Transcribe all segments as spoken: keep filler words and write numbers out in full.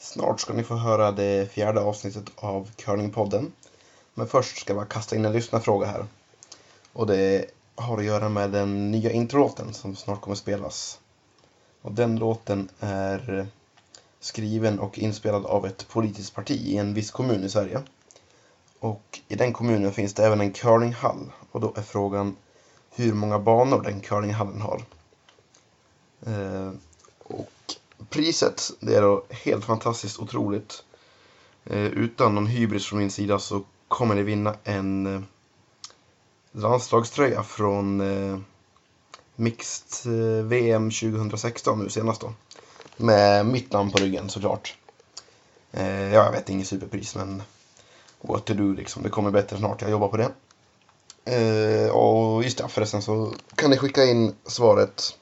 Snart ska ni få höra det fjärde avsnittet av Curlingpodden. Men först ska jag bara kasta in en lyssnarfråga här. Och det har att göra med den nya introlåten som snart kommer spelas. Och den låten är skriven och inspelad av ett politiskt parti i en viss kommun i Sverige. Och i den kommunen finns det även en curlinghall. Och då är frågan hur många banor den curlinghallen har. Eh, och priset, det är då helt fantastiskt otroligt. Eh, utan någon hybris från min sida så kommer ni vinna en eh, landslagströja från eh, Mixed eh, V M tjugohundrasexton nu senast då. Med mitt namn på ryggen såklart. Eh, ja, jag vet, inget superpris, men what to do liksom. Det kommer bättre snart, jag jobbar på det. Eh, och just det, förresten så kan ni skicka in svaret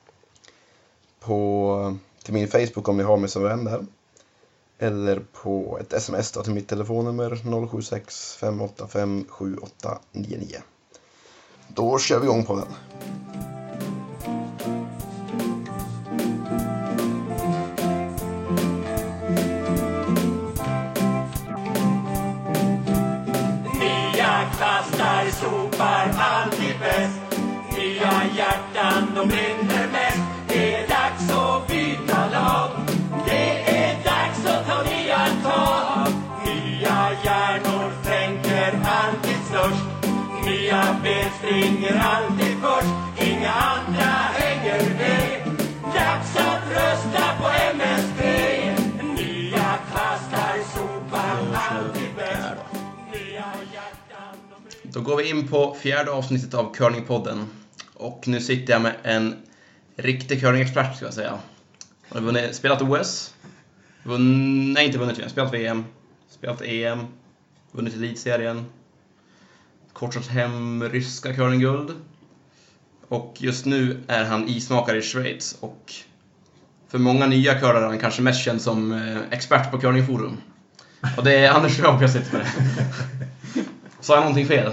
på, till min Facebook om ni har mig som vän där. Eller på ett sms då, till mitt telefonnummer noll sju sex fem åtta fem sju åtta nio nio. Då kör vi igång på den. Nya kvastar sopar alltid bäst. Nya hjärtan de brinner mest. Det är dags att byta lag. Det är dags att ta nya tag. Nya hjärnor tänker alltid störst. Nya ben springer alltid först. Inga andra hänger med. Dags att rösta på M S P. Nya kvastar sopar alltid bäst. Nya hjärtan de... Då går vi in på fjärde avsnittet av Curlingpodden. Och nu sitter jag med en riktig curlingexpert, ska jag säga. Jag har vunnit, spelat O S. Vunn, nej, inte vunnit. Spelat V M. Spelat E M. Vunnit elitserien. Kortsat hem ryska curlingguld. Och just nu är han ismakare i Schweiz. Och för många nya curlare är han kanske mest känd som expert på curlingforum. Och det är Anders Schwab jag sitter med. Sa jag någonting fel?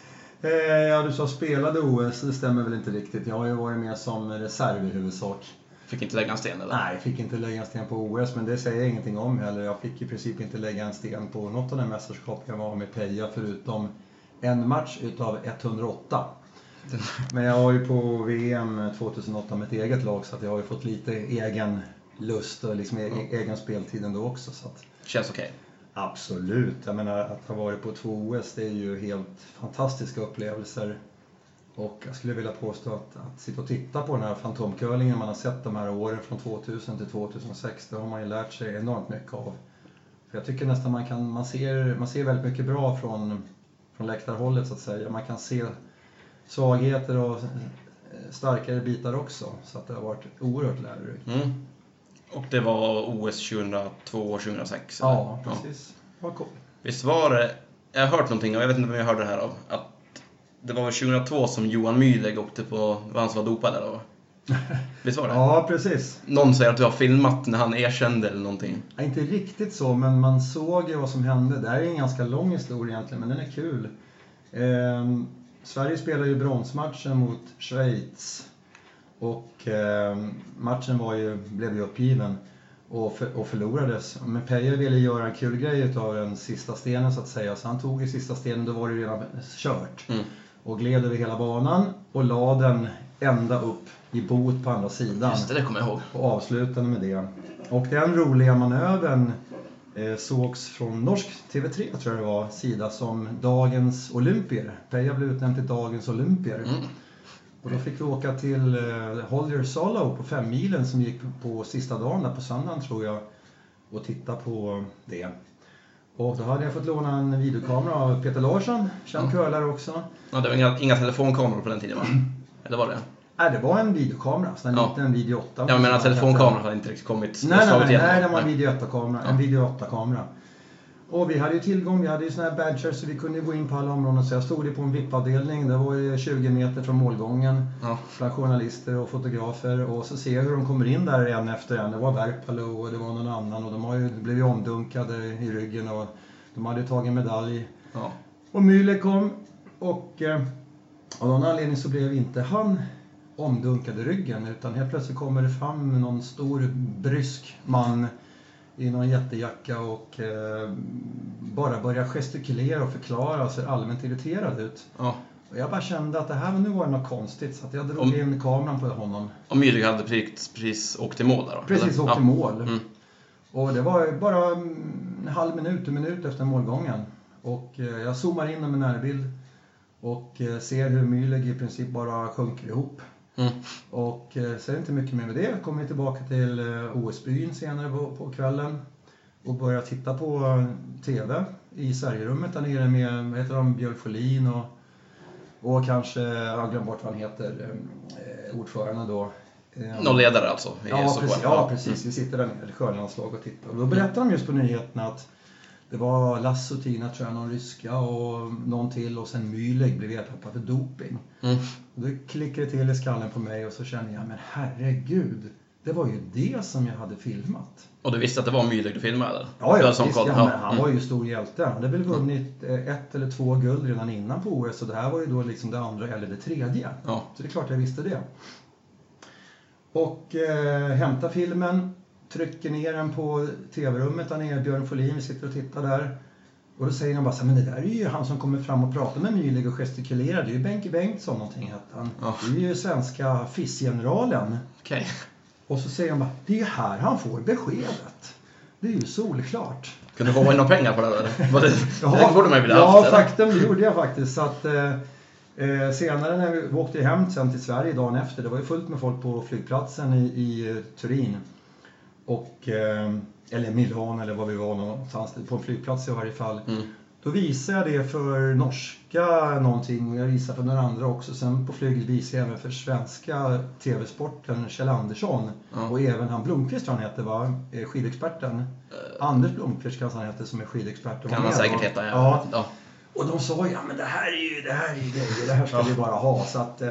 Ja, du sa spelade O S, det stämmer väl inte riktigt. Jag har ju varit med som reserv i huvudsak. Fick inte lägga en sten eller? Nej, fick inte lägga en sten på O S, men det säger jag ingenting om heller. Jag fick i princip inte lägga en sten på något av de mästerskap jag var med Peja förutom en match utav etthundraåtta. Men jag har ju på V M tjugohundraåtta med ett eget lag, så att jag har ju fått lite egen lust och liksom mm. egen speltid ändå också. Så att... Känns okej. Okay. Absolut, jag menar att ha varit på två O S, det är ju helt fantastiska upplevelser. Och jag skulle vilja påstå att, att sitta och titta på den här fantomcurlingen man har sett de här åren från tvåtusen till tjugohundrasex, det har man ju lärt sig enormt mycket av. För jag tycker nästan man kan, man ser, man ser väldigt mycket bra från, från läktarhållet så att säga. Man kan se svagheter och starkare bitar också, så att det har varit oerhört lärorikt. Mm. Och det var O S tjugohundratvå och tjugohundrasex? Eller? Ja, precis. Ja. Vad cool. Visst var det, jag har hört någonting och jag vet inte vem jag hörde det här av, att det var tjugohundratvå som Johan Myhlegg åkte på, vad han som var dopad eller då? Visst var det? Ja, precis. Någon säger att du har filmat när han erkände eller någonting. Ja, inte riktigt så, men man såg ju vad som hände. Det här är en ganska lång historia egentligen, men den är kul. Eh, Sverige spelade ju bronsmatchen mot Schweiz. Och eh, matchen var ju, blev ju uppgiven och, för, och förlorades. Men Peja ville göra en kul grej utav den sista stenen så att säga. Så han tog i sista stenen, då var det redan kört. Mm. Och gled över hela banan och la den ända upp i bot på andra sidan. Just det, det kommer jag ihåg. Och avslutade med det. Och den roliga manövern eh, sågs från norsk T V tre, tror jag det var, sida som dagens olympier. Peja blev utnämnd till dagens olympier. Mm. Och då fick vi åka till eh, Holger Solo på fem milen som gick på sista dagen där på söndagen tror jag. Och titta på det. Och då hade jag fått låna en videokamera av Peter Larsson, känd curlare också. Ja, det var inga, inga telefonkameror på den tiden va? Eller var det? Nej, det var en videokamera, så en ja. liten video åtta. Ja, men telefonkameran hade inte riktigt kommit. Nej, nej, nej, nej, det var en video åtta-kamera, ja. En video åtta-kamera. Och vi hade ju tillgång, vi hade ju såna här badges så vi kunde gå in på alla områden. Så jag stod ju på en V I P-avdelning, det var ju tjugo meter från målgången. Ja. Bland journalister och fotografer. Och så ser jag hur de kommer in där en efter en. Det var Verpalo och det var någon annan. Och de har ju, blev ju omdunkade i ryggen och de hade tagit medalj. Ja. Och Müller kom och eh, av någon anledning så blev inte han omdunkad i ryggen. Utan helt plötsligt kommer det fram någon stor brysk man i någon jättejacka och eh, bara började gestikulera och förklara och ser allmänt irriterad ut. Ja. Och jag bara kände att det här nu var något konstigt så att jag drog Om, in kameran på honom. Och Mühlegg hade precis, precis åkt i mål där då? Precis, åkt i ja. mål. Mm. Och det var bara en halv minut, en minut efter målgången. Och eh, jag zoomar in med närbild och eh, ser hur Mühlegg i princip bara sjunker ihop. Mm. Och eh, så är det inte mycket mer med det. Kommer vi tillbaka till eh, O S-byn senare på, på kvällen. Och börjar titta på eh, tv i Sverigerummet där nere med, vad heter de, Björn Folin och, och kanske, jag har glömt bort vad han heter, eh, ordförande då. Eh, Någon ledare alltså? I ja, precis, ja, precis. Mm. Vi sitter där nere, skördlandslag och tittar. Och då berättar de just på nyheterna att det var Lasse och Tina, tror jag, någon ryska och någon till och sen Mühlegg blev ertappad för doping. Mm. Och då klickar det till i skallen på mig och så känner jag, men herregud, det var ju det som jag hade filmat. Och du visste att det var Mühlegg du filmade eller? Ja, ja, som visst, koll. ja, Ja. men han var ju stor hjälte. Han hade väl vunnit ett eller två guld redan innan på O S. Så det här var ju då liksom det andra eller det tredje. Ja. Så det är klart jag visste det. Och eh, hämtar filmen, trycker ner den på tv-rummet där nere, Björn Folin, vi sitter och tittar där. Och då säger han bara så här, men det där är ju han som kommer fram och pratar med Mühlegg och gestikulerar. Det är ju Benke Bengtsson någonting hette han. Ja. Det är ju svenska F I S-generalen. Okej. Okay. Och så säger han bara, det är ju här han får beskedet. Det är ju solklart. Kunde du få in några pengar på det där? Var det, Ja, det borde man ju vilja ja haft, faktum, det gjorde jag faktiskt. Så att, eh, eh, senare när vi åkte hem sen till Sverige dagen efter, det var ju fullt med folk på flygplatsen i, i Turin. Och, eh, eller Milano eller vad vi var någonstans, på en flygplats i varje fall. Mm. Då visade jag det för norska någonting och jag visade för några andra också. Sen på flyget visade jag även för svenska tv-sporten Kjell Andersson. Ja. Och även han Blomqvist, han heter va? Skidexperten. Uh, Anders Blomqvist kanske han heter som är skidexpert. Kan man säkert heta, ja. ja. ja. Och de sa, ja men det här är ju, det här är ju grejer, det här ska ja. vi bara ha. Så att... Eh,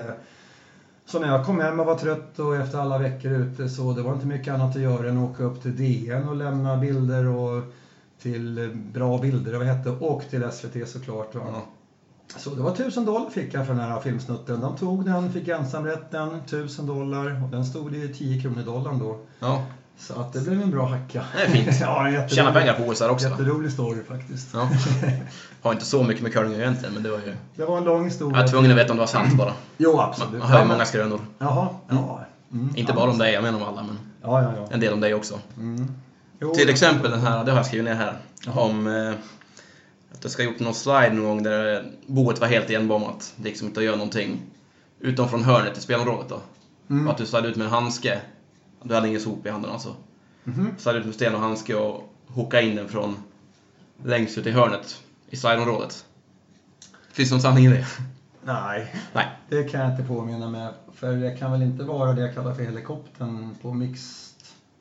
Så när jag kom hem och var trött och efter alla veckor ute så det var inte mycket annat att göra än att åka upp till D N och lämna bilder och till Bra bilder, vad hette, och till S V T såklart. Va? Ja. Så det var tusen dollar fick jag för den här filmsnutten. De tog den, fick ensamrätten, tusen dollar och den stod i tio kronor dollarn då. Ja. Så att det blev en bra hacka. Det är fint. Ja, tjäna pengar på O S här också. Jätterolig story faktiskt. Ja. Har inte så mycket med curling egentligen, men det var ju... Det var en lång historia. Jag är tvungen att veta om det var sant bara. Jo, absolut. Man hör ju många skrönor. Jaha, ja. Mm. Inte bara om dig, jag menar om alla, men ja, ja, ja. en del om dig också. Mm. Jo, Till exempel den här, det har jag skrivit ner här. Jaha. Om eh, att jag ska ha gjort någon slide någon gång där boet var helt igenbommat. Det gick som inte att göra någonting. Utom från hörnet i spelområdet då. Mm. Och att du slide ut med en handske. Du hade ingen sop i handen alltså. Mm-hmm. Slide ut med sten och handske och hooka in den från längst ut i hörnet i slideområdet. Finns det någon sanning i det? Nej, Nej, det kan jag inte påminna mig. För det kan väl inte vara det jag kallar för helikoptern på mixed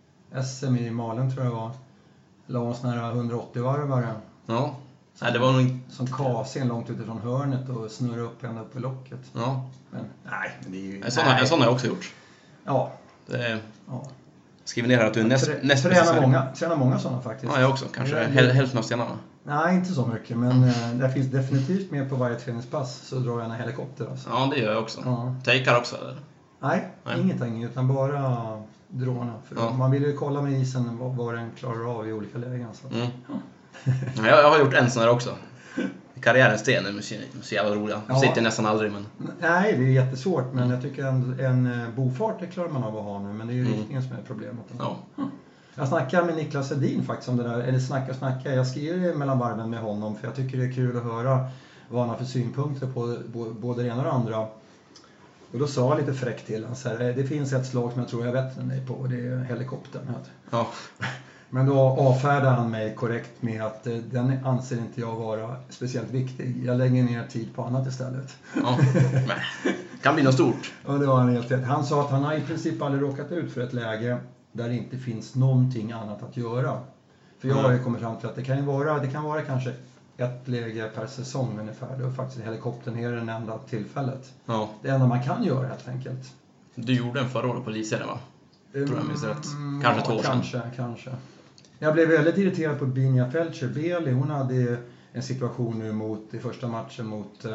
S M i Malen tror jag var. La en sån här hundraåttio-varvare. Ja, nej det var nog som kasen långt utifrån hörnet och snurra upp ända upp i locket. Ja. Men nej, det är ju... En sån, en sån har jag också gjort. Ja. Det är... ja. Skriver ner här att du är näst, Trä, näst tränar många, tränar många sådana faktiskt. Ja, jag också. Kanske det, häl, hälften av stenarna. Nej, inte så mycket. Men mm. det finns definitivt med på varje träningspass så drar jag en helikopter. Alltså. Ja, det gör jag också. Ja. Takear också, eller? Nej, Nej, ingenting. Utan bara drona. För ja. Man vill ju kolla med isen vad, vad den klarar av i olika lägen. Så att, mm. ja. ja, jag har gjort en sån här också. Karriärens sten är så jävla roliga. De sitter ja. nästan aldrig, men... Nej, det är jättesvårt. Men jag tycker en, en bofart det klarar man av att ha nu. Men det är ju mm. riktningen som är problemet. Ja. Jag snackar med Niklas Edin faktiskt om det där. Eller snacka snacka. Jag skriver mellan varven med honom. För jag tycker det är kul att höra vad han har för synpunkter på både det ena och det andra. Och då sa jag lite fräckt till honom så här, det finns ett slag som jag tror jag är bättre än dig på. Och det är helikoptern. Ja. Men då avfärdar han mig korrekt med att eh, den anser inte jag vara speciellt viktig. Jag lägger ner tid på annat istället. Ja, men kan bli något stort. Och det var han helt rätt. Han sa att han har i princip aldrig råkat ut för ett läge där det inte finns någonting annat att göra. För jag har ju kommit fram till att det kan vara, det kan vara kanske ett läge per säsong ungefär. Det är faktiskt helikoptern är det enda tillfället. Ja. Det enda man kan göra helt enkelt. Du gjorde en förra året på Elitserien, va? Mm, tror jag minns rätt. Kanske ja, två år sedan. Kanske, kanske. Jag blev väldigt irriterad på Binja Felcher. Beli, hon hade en situation nu mot, i första matchen mot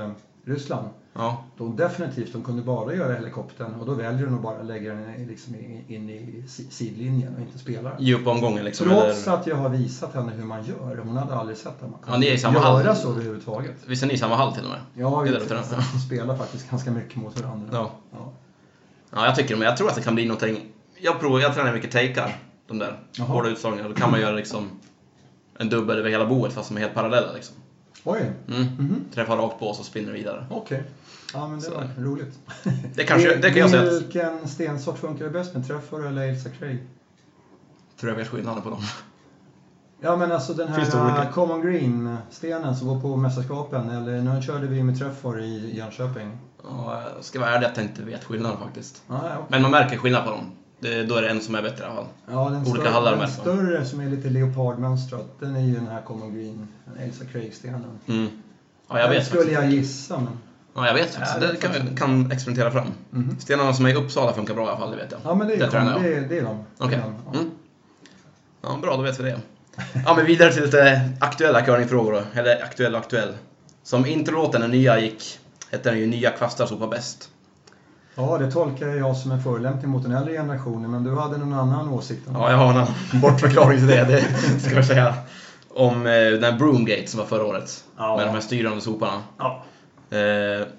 Ryssland. Ja. Då definitivt, de kunde bara göra helikoptern och då väljer de att bara lägga den liksom in i sidlinjen och inte spela. Ge upp omgången liksom. Trots eller... att jag har visat henne hur man gör. Hon hade aldrig sett att man Ja, ni är i samma göra hall. så överhuvudtaget. Visst är ni i samma hall till och med? Ja, vi, det är det, vi spelar faktiskt ganska mycket mot varandra. Ja. Ja. Ja, jag tycker, men jag tror att det kan bli någonting. Jag provar, jag tränar mycket takear, de där Jaha. hårda utslagningar. Då kan man göra liksom en dubbel över hela boet fast som är helt parallella liksom. Oj. Mm. Mm-hmm. Träffa rakt på och så spinner vidare. Okej. Okay. Ja, men det Så. var roligt. Det kanske, det kan jag säga att... Vilken stensort funkar det bäst med? Trefford eller Ailsa Craig? Tror jag vet skillnaden på dem. Ja, men alltså den Finns det här olika? Common Green-stenen som går på mästerskapen. Eller nu körde vi med Trefford i Jönköping. Ja, jag ska vara ärlig att jag inte vet skillnaden faktiskt. Ah, ja, okay. Men man märker skillnad på dem. Det, då är det en som är bättre i alla fall. Ja, den, Olika större, hallar den märker man. större som är lite leopardmönstrad, den är ju den här Common Green, den Ailsa Craig-stenen. Mm. Ja, jag Den vet skulle faktiskt. jag gissa, men... Ja, jag vet faktiskt. Ja, det det kan, kan experimentera fram. Mhm. Stenarna som är i Uppsala funkar bra i alla fall, det vet jag. Ja, men det är, Det tränar jag. det är, det är de. Okej. Det är de, ja. Mm. Ja, bra, då vet vi det. Ja, men vidare till lite aktuella curlingfrågor då. Eller aktuell och aktuell. Som introlåten, den nya gick, hette den ju Nya kvastar sopar bäst. Ja, det tolkar jag som en förolämpning mot den äldre generationen, men du hade någon annan åsikt om det. Ja, jag har en annan bortförklaring till det, det ska jag säga. Om eh, den här Broomgate som var förra året. Ja. Med de här styrande soparna. Ja. Eh,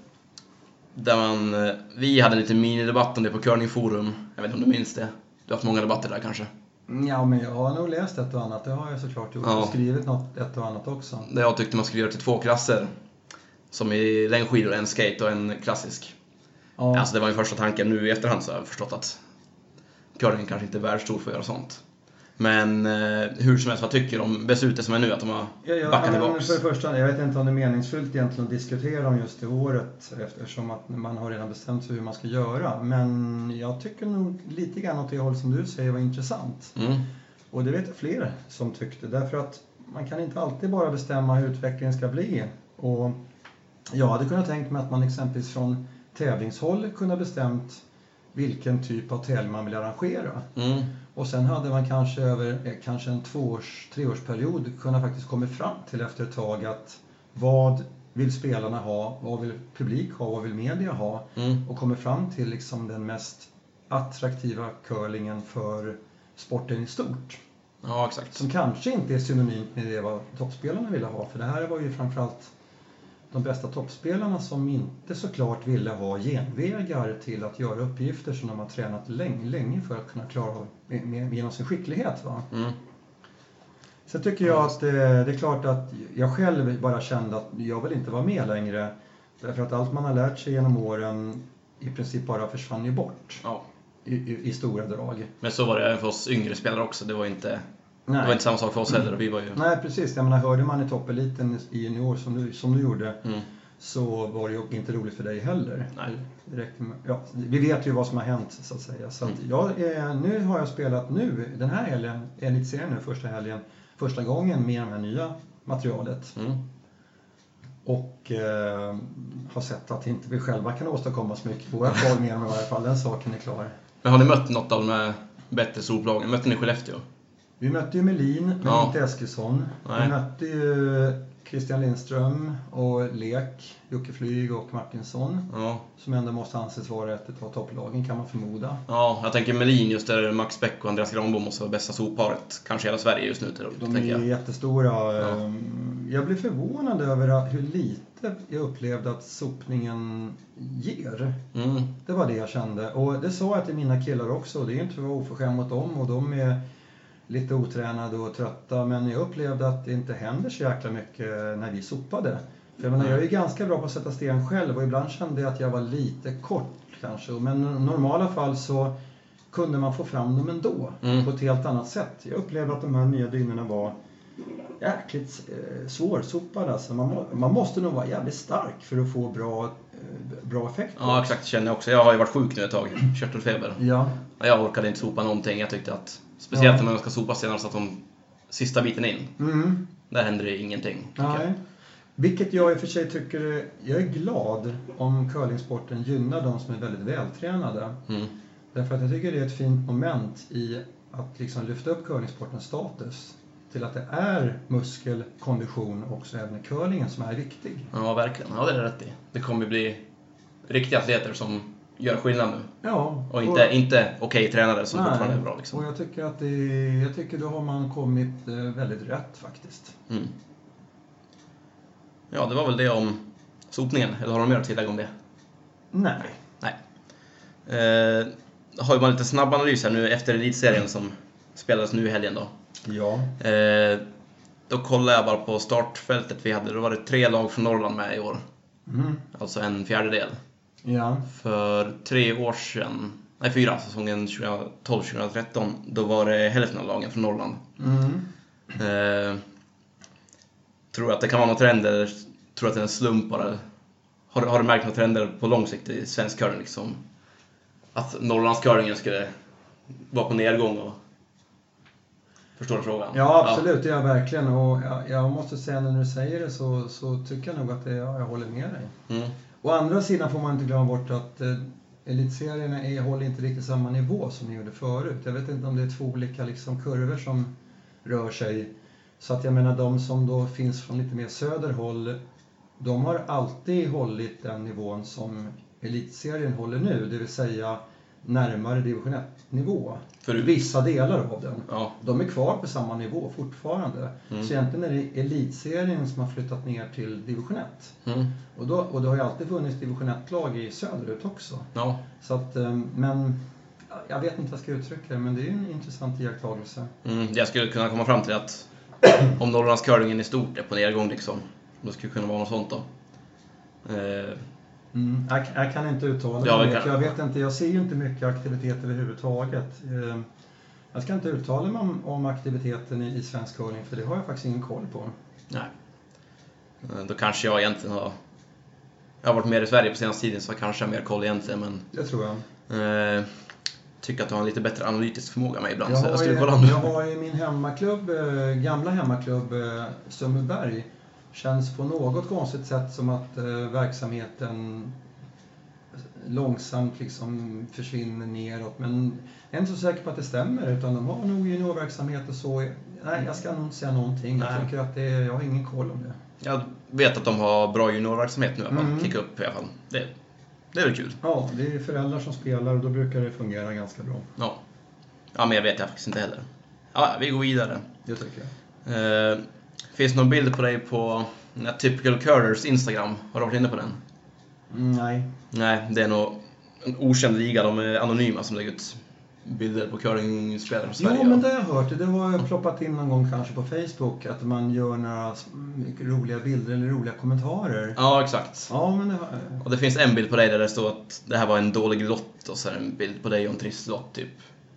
där man, eh, vi hade en liten minidebatt om det på curlingforum. Jag vet inte om du minns det. Du har haft många debatter där kanske. Ja, men jag har nog läst ett och annat. Det har jag såklart gjort. Ja. Och skrivit något, ett och annat också. Där jag tyckte man skulle göra till två klasser. Som i längdskidor, en skate och en klassisk. Ja. Alltså det var min första tanke. Nu i efterhand så har jag förstått att curling kanske inte är världsstor för att göra sånt. Men eh, hur som helst, vad tycker du om beslutet som är nu? Att de har Ja, ja, backat men tillbaks? för det första, jag vet inte om det är meningsfullt egentligen att diskutera om just det året eftersom att man har redan bestämt sig hur man ska göra. Men jag tycker nog lite grann åt det håll som du säger var intressant. Mm. Och det vet jag fler som tyckte. Därför att man kan inte alltid bara bestämma hur utvecklingen ska bli. Och jag hade kunnat tänka mig att man exempelvis från tävlingshåll kunde ha bestämt vilken typ av tävling man vill arrangera. Mm. Och sen hade man kanske över eh, kanske en tvåårs, treårsperiod kunnat faktiskt komma fram till efter ett tag att vad vill spelarna ha, vad vill publik ha, vad vill media ha Mm. och kommer fram till liksom den mest attraktiva curlingen för sporten i stort. Ja, exakt. Som kanske inte är synonymt med det vad toppspelarna ville ha, för det här var ju framförallt de bästa toppspelarna som inte såklart ville ha genvägar till att göra uppgifter som de har tränat länge, länge för att kunna klara av med, med, genom sin skicklighet. Va? Mm. Så tycker jag att det, det är klart att jag själv bara kände att jag vill inte vara med längre. Därför att allt man har lärt sig genom åren i princip bara försvann ju bort Ja. i, i, i stora drag. Men så var det även för oss yngre spelare också. Det var inte, Nej. det var inte samma sak för oss heller. Vi var ju... Nej, precis. Jag menar, hörde man i toppeliten i junior som du, som du gjorde Mm. så var det ju inte roligt för dig heller. Nej. Direkt med, ja, vi vet ju vad som har hänt så att säga. Så att Mm. jag är, nu har jag spelat nu, den här helgen, elitserien nu första helgen, första gången med det här nya materialet. Mm. Och eh, har sett att inte vi själva kan åstadkomma så mycket på våra lag mer med i varje fall, den saken är klar. Men har ni mött något av de här bättre soplagen? Mötte ni Skellefteå? Vi mötte ju Melin, men Ja. inte Eskilsson. Nej. Vi mötte ju Christian Lindström och Lek, Jocke Flyg och Martinsson. Ja. Som ändå måste anses vara ett av topplagen, kan man förmoda. Ja, jag tänker Melin just där Max Bäck och Andreas Granbom måste vara bästa soparet. Kanske hela Sverige just nu till De tänker är jag. jättestora. Ja. Jag blev förvånad över hur lite jag upplevde att sopningen ger. Mm. Det var det jag kände. Och det sa jag till mina killar också. Det är ju inte för att vara oförskämd mot dem. Och de är lite otränade och trötta. Men jag upplevde att det inte händer så jäkla mycket när vi sopade. För jag, menar, jag är ju ganska bra på att sätta sten själv. Och ibland kände jag att jag var lite kort kanske. Men i normala fall så kunde man få fram dem ändå. Mm. På ett helt annat sätt. Jag upplevde att de här nya dynorna var jäkligt eh, svårsopade. Alltså man, må, man måste nog vara jävligt stark för att få bra, eh, bra effekt. Ja, exakt, känner jag också. Jag har ju varit sjuk nu ett tag. Körtelfeber. Ja. Ja, jag orkade inte sopa någonting. Jag tyckte att, speciellt Ja. när man ska sopa senare så att de sista biten in. Mm. Där händer det ingenting. tycker Nej. Vilket jag i och för sig tycker, är- jag är glad om curlingsporten gynnar de som är väldigt vältränade. jag. Mm. Därför att jag tycker det är ett fint moment i att liksom lyfta upp curlingsportens status. till att det är muskelkondition också även i curlingen som är viktig. Ja, verkligen. Ja, det är rätt i. Det kommer bli riktiga atleter som gör skillnad nu. Ja. Och inte, och, inte okej tränare som nej, fortfarande är bra. Liksom. Och jag tycker att det, jag tycker då har man kommit eh, väldigt rätt faktiskt. Mm. Ja, det var väl det om sopningen. Eller har de mer att tillägga om det? Nej. Nej. Eh, har ju bara lite snabb analys här nu efter elitserien som spelades nu i helgen då. Ja. Eh, då kollade jag bara på startfältet vi hade. Då var det tre lag från Norrland med i år. Mm. Alltså en fjärdedel. Ja. För tre år sedan, nej fyra, säsongen tjugotolv tjugotretton, då var det hälften av lagen från Norrland. Mm. Eh, tror att det kan vara några trender, tror att det är en slump bara. Har, har du märkt några trender på lång sikt i svensk curling liksom? Att Norrlandscurlingen skulle vara på nedgång och... Förstår du frågan? Ja, absolut, det gör jag verkligen. Och jag, jag måste säga när du säger det så, så tycker jag nog att det, ja, jag håller med dig. Mm. Å andra sidan får man inte glömma bort att eh, elitserierna är, håller inte riktigt samma nivå som ni gjorde förut. Jag vet inte om det är två olika liksom, kurvor som rör sig. Så att jag menar de som då finns från lite mer söderhåll, de har alltid hållit den nivån som elitserien håller nu. Det vill säga närmare division ett-nivå. För vissa delar av den. Ja. De är kvar på samma nivå fortfarande. Mm. Så egentligen är det elitserien som har flyttat ner till division ett. Mm. Och, då, och det har ju alltid funnits division ett-lag i söderut också. Ja. Så att, men jag vet inte vad jag ska uttrycka det, men det är ju en intressant iakttagelse. Mm, jag skulle kunna komma fram till att om Norrlandscurlingen i stort är på nedgång liksom, då skulle det kunna vara något sånt då. Eh. Mm, jag, jag kan inte uttala ja, mig. Kan... Jag vet inte, jag ser ju inte mycket aktivitet överhuvudtaget. Eh, jag ska inte uttala mig om, om aktiviteten i, i svensk curling, för det har jag faktiskt ingen koll på. Nej. Eh, då kanske jag egentligen har... Jag har varit mer i Sverige på senaste tiden, så kanske jag har mer koll egentligen, men... Det tror jag. Eh, tycker att du har en lite bättre analytisk förmåga med ibland. Jag, så har, jag, skulle ju, kolla jag har ju min hemmaklubb, eh, gamla hemmaklubb eh, Sundbyberg. Känns på något konstigt sätt som att eh, verksamheten långsamt liksom försvinner neråt. Men jag är inte så säker på att det stämmer, utan de har nog juniorverksamhet och så. Nej, jag ska nog inte säga någonting. Jag tycker att det är, jag har ingen koll om det. Jag vet att de har bra juniorverksamhet nu i alla fall. Mm. Kicka upp i alla fall. Det, det är väl kul. Ja, det är föräldrar som spelar och då brukar det fungera ganska bra. Ja, ja men jag vet jag faktiskt inte heller. Ja, vi går vidare. Det tycker jag. Eh, finns någon bild på dig på Typical Curlers Instagram? Har du varit inne på den? Mm, nej. Nej, det är nog en okänd liga. De är anonyma som lägger ut bilder på curlingspelare från Sverige. Jo, men det har jag hört. Det har ploppat in någon gång kanske på Facebook att man gör några mycket roliga bilder eller roliga kommentarer. Ja, exakt. Ja, men det har... Och det finns en bild på dig där det står att det här var en dålig lott, och så är det en bild på dig och en trist lott typ.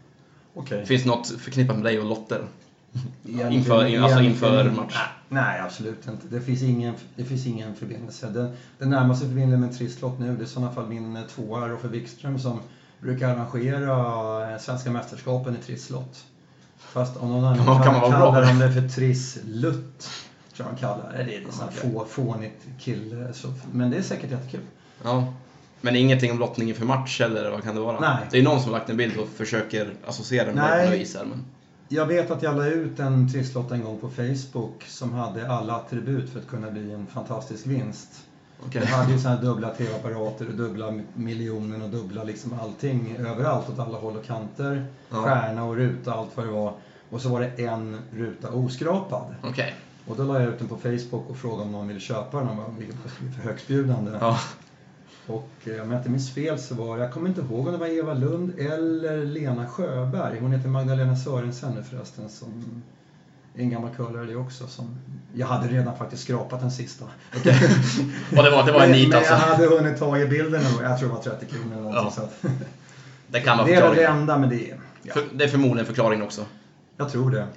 Okej. Okay. Finns något förknippat med dig och lotter? Egentligen, inför, in, alltså inför in, match? Nej, absolut inte. Det finns ingen, det finns ingen förbindelse. Den, den närmaste förbindelsen med en tristlott nu, det är i sådana fall min tvåa Roffe Wikström som brukar arrangera svenska mästerskapen i tristlott. Fast om någon annan kan, kan man kallar de det för trisslutt, tror jag kallar det. Det är sån okay. få, fånigt kille. Så, men det är säkert jättekul. Ja. Men ingenting om lottningen för match eller vad kan det vara? Nej. Det är någon som har lagt en bild och försöker associera med Nej. det på något vis här, men... Jag vet att jag la ut en trisslott en gång på Facebook som hade alla attribut för att kunna bli en fantastisk vinst. Okay. Det hade ju såna här dubbla tv-apparater och dubbla miljoner och dubbla liksom allting överallt åt alla håll och kanter. Ja. Stjärna och ruta, allt vad det var. Och så var det en ruta oskrapad. Okay. Och då la jag ut den på Facebook och frågade om någon ville köpa den och vilket var för högstbjudande. Ja. Och om jag inte minns fel så var jag kommer inte ihåg om det var Eva Lund eller Lena Sjöberg. Hon heter Magdalena Sörensen nu förresten, som en gammal curlare det också. Som jag hade redan faktiskt skrapat den sista. Okay. Och det var, det var en nit men, alltså. Men jag hade hunnit ta i bilden och jag tror det var trettio kronor eller något. Ja. Så det kan vara det är det enda, men det är... Ja. För, det är förmodligen förklaringen också. Jag tror det.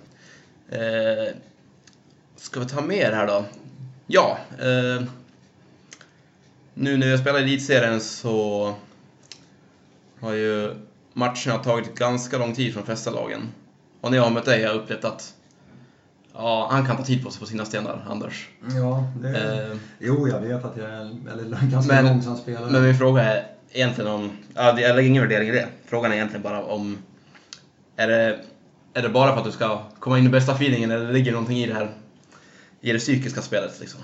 Eh, ska vi ta mer här då? Ja, eh, nu när jag spelar i elitserien så har ju matcherna tagit ganska lång tid från flesta lagen. Och när jag har mött dig har jag upplevt att ja, han kan ta tid på sig på sina stenar, Anders. Ja, det är... eh, jo, jag vet att jag är eller, ganska men, långsam spelare. Men min fråga är egentligen om, ja, jag lägger ingen värdering i det. Frågan är egentligen bara om, är det, är det bara för att du ska komma in i bästa feelingen, eller ligger någonting i det här, i det psykiska spelet liksom?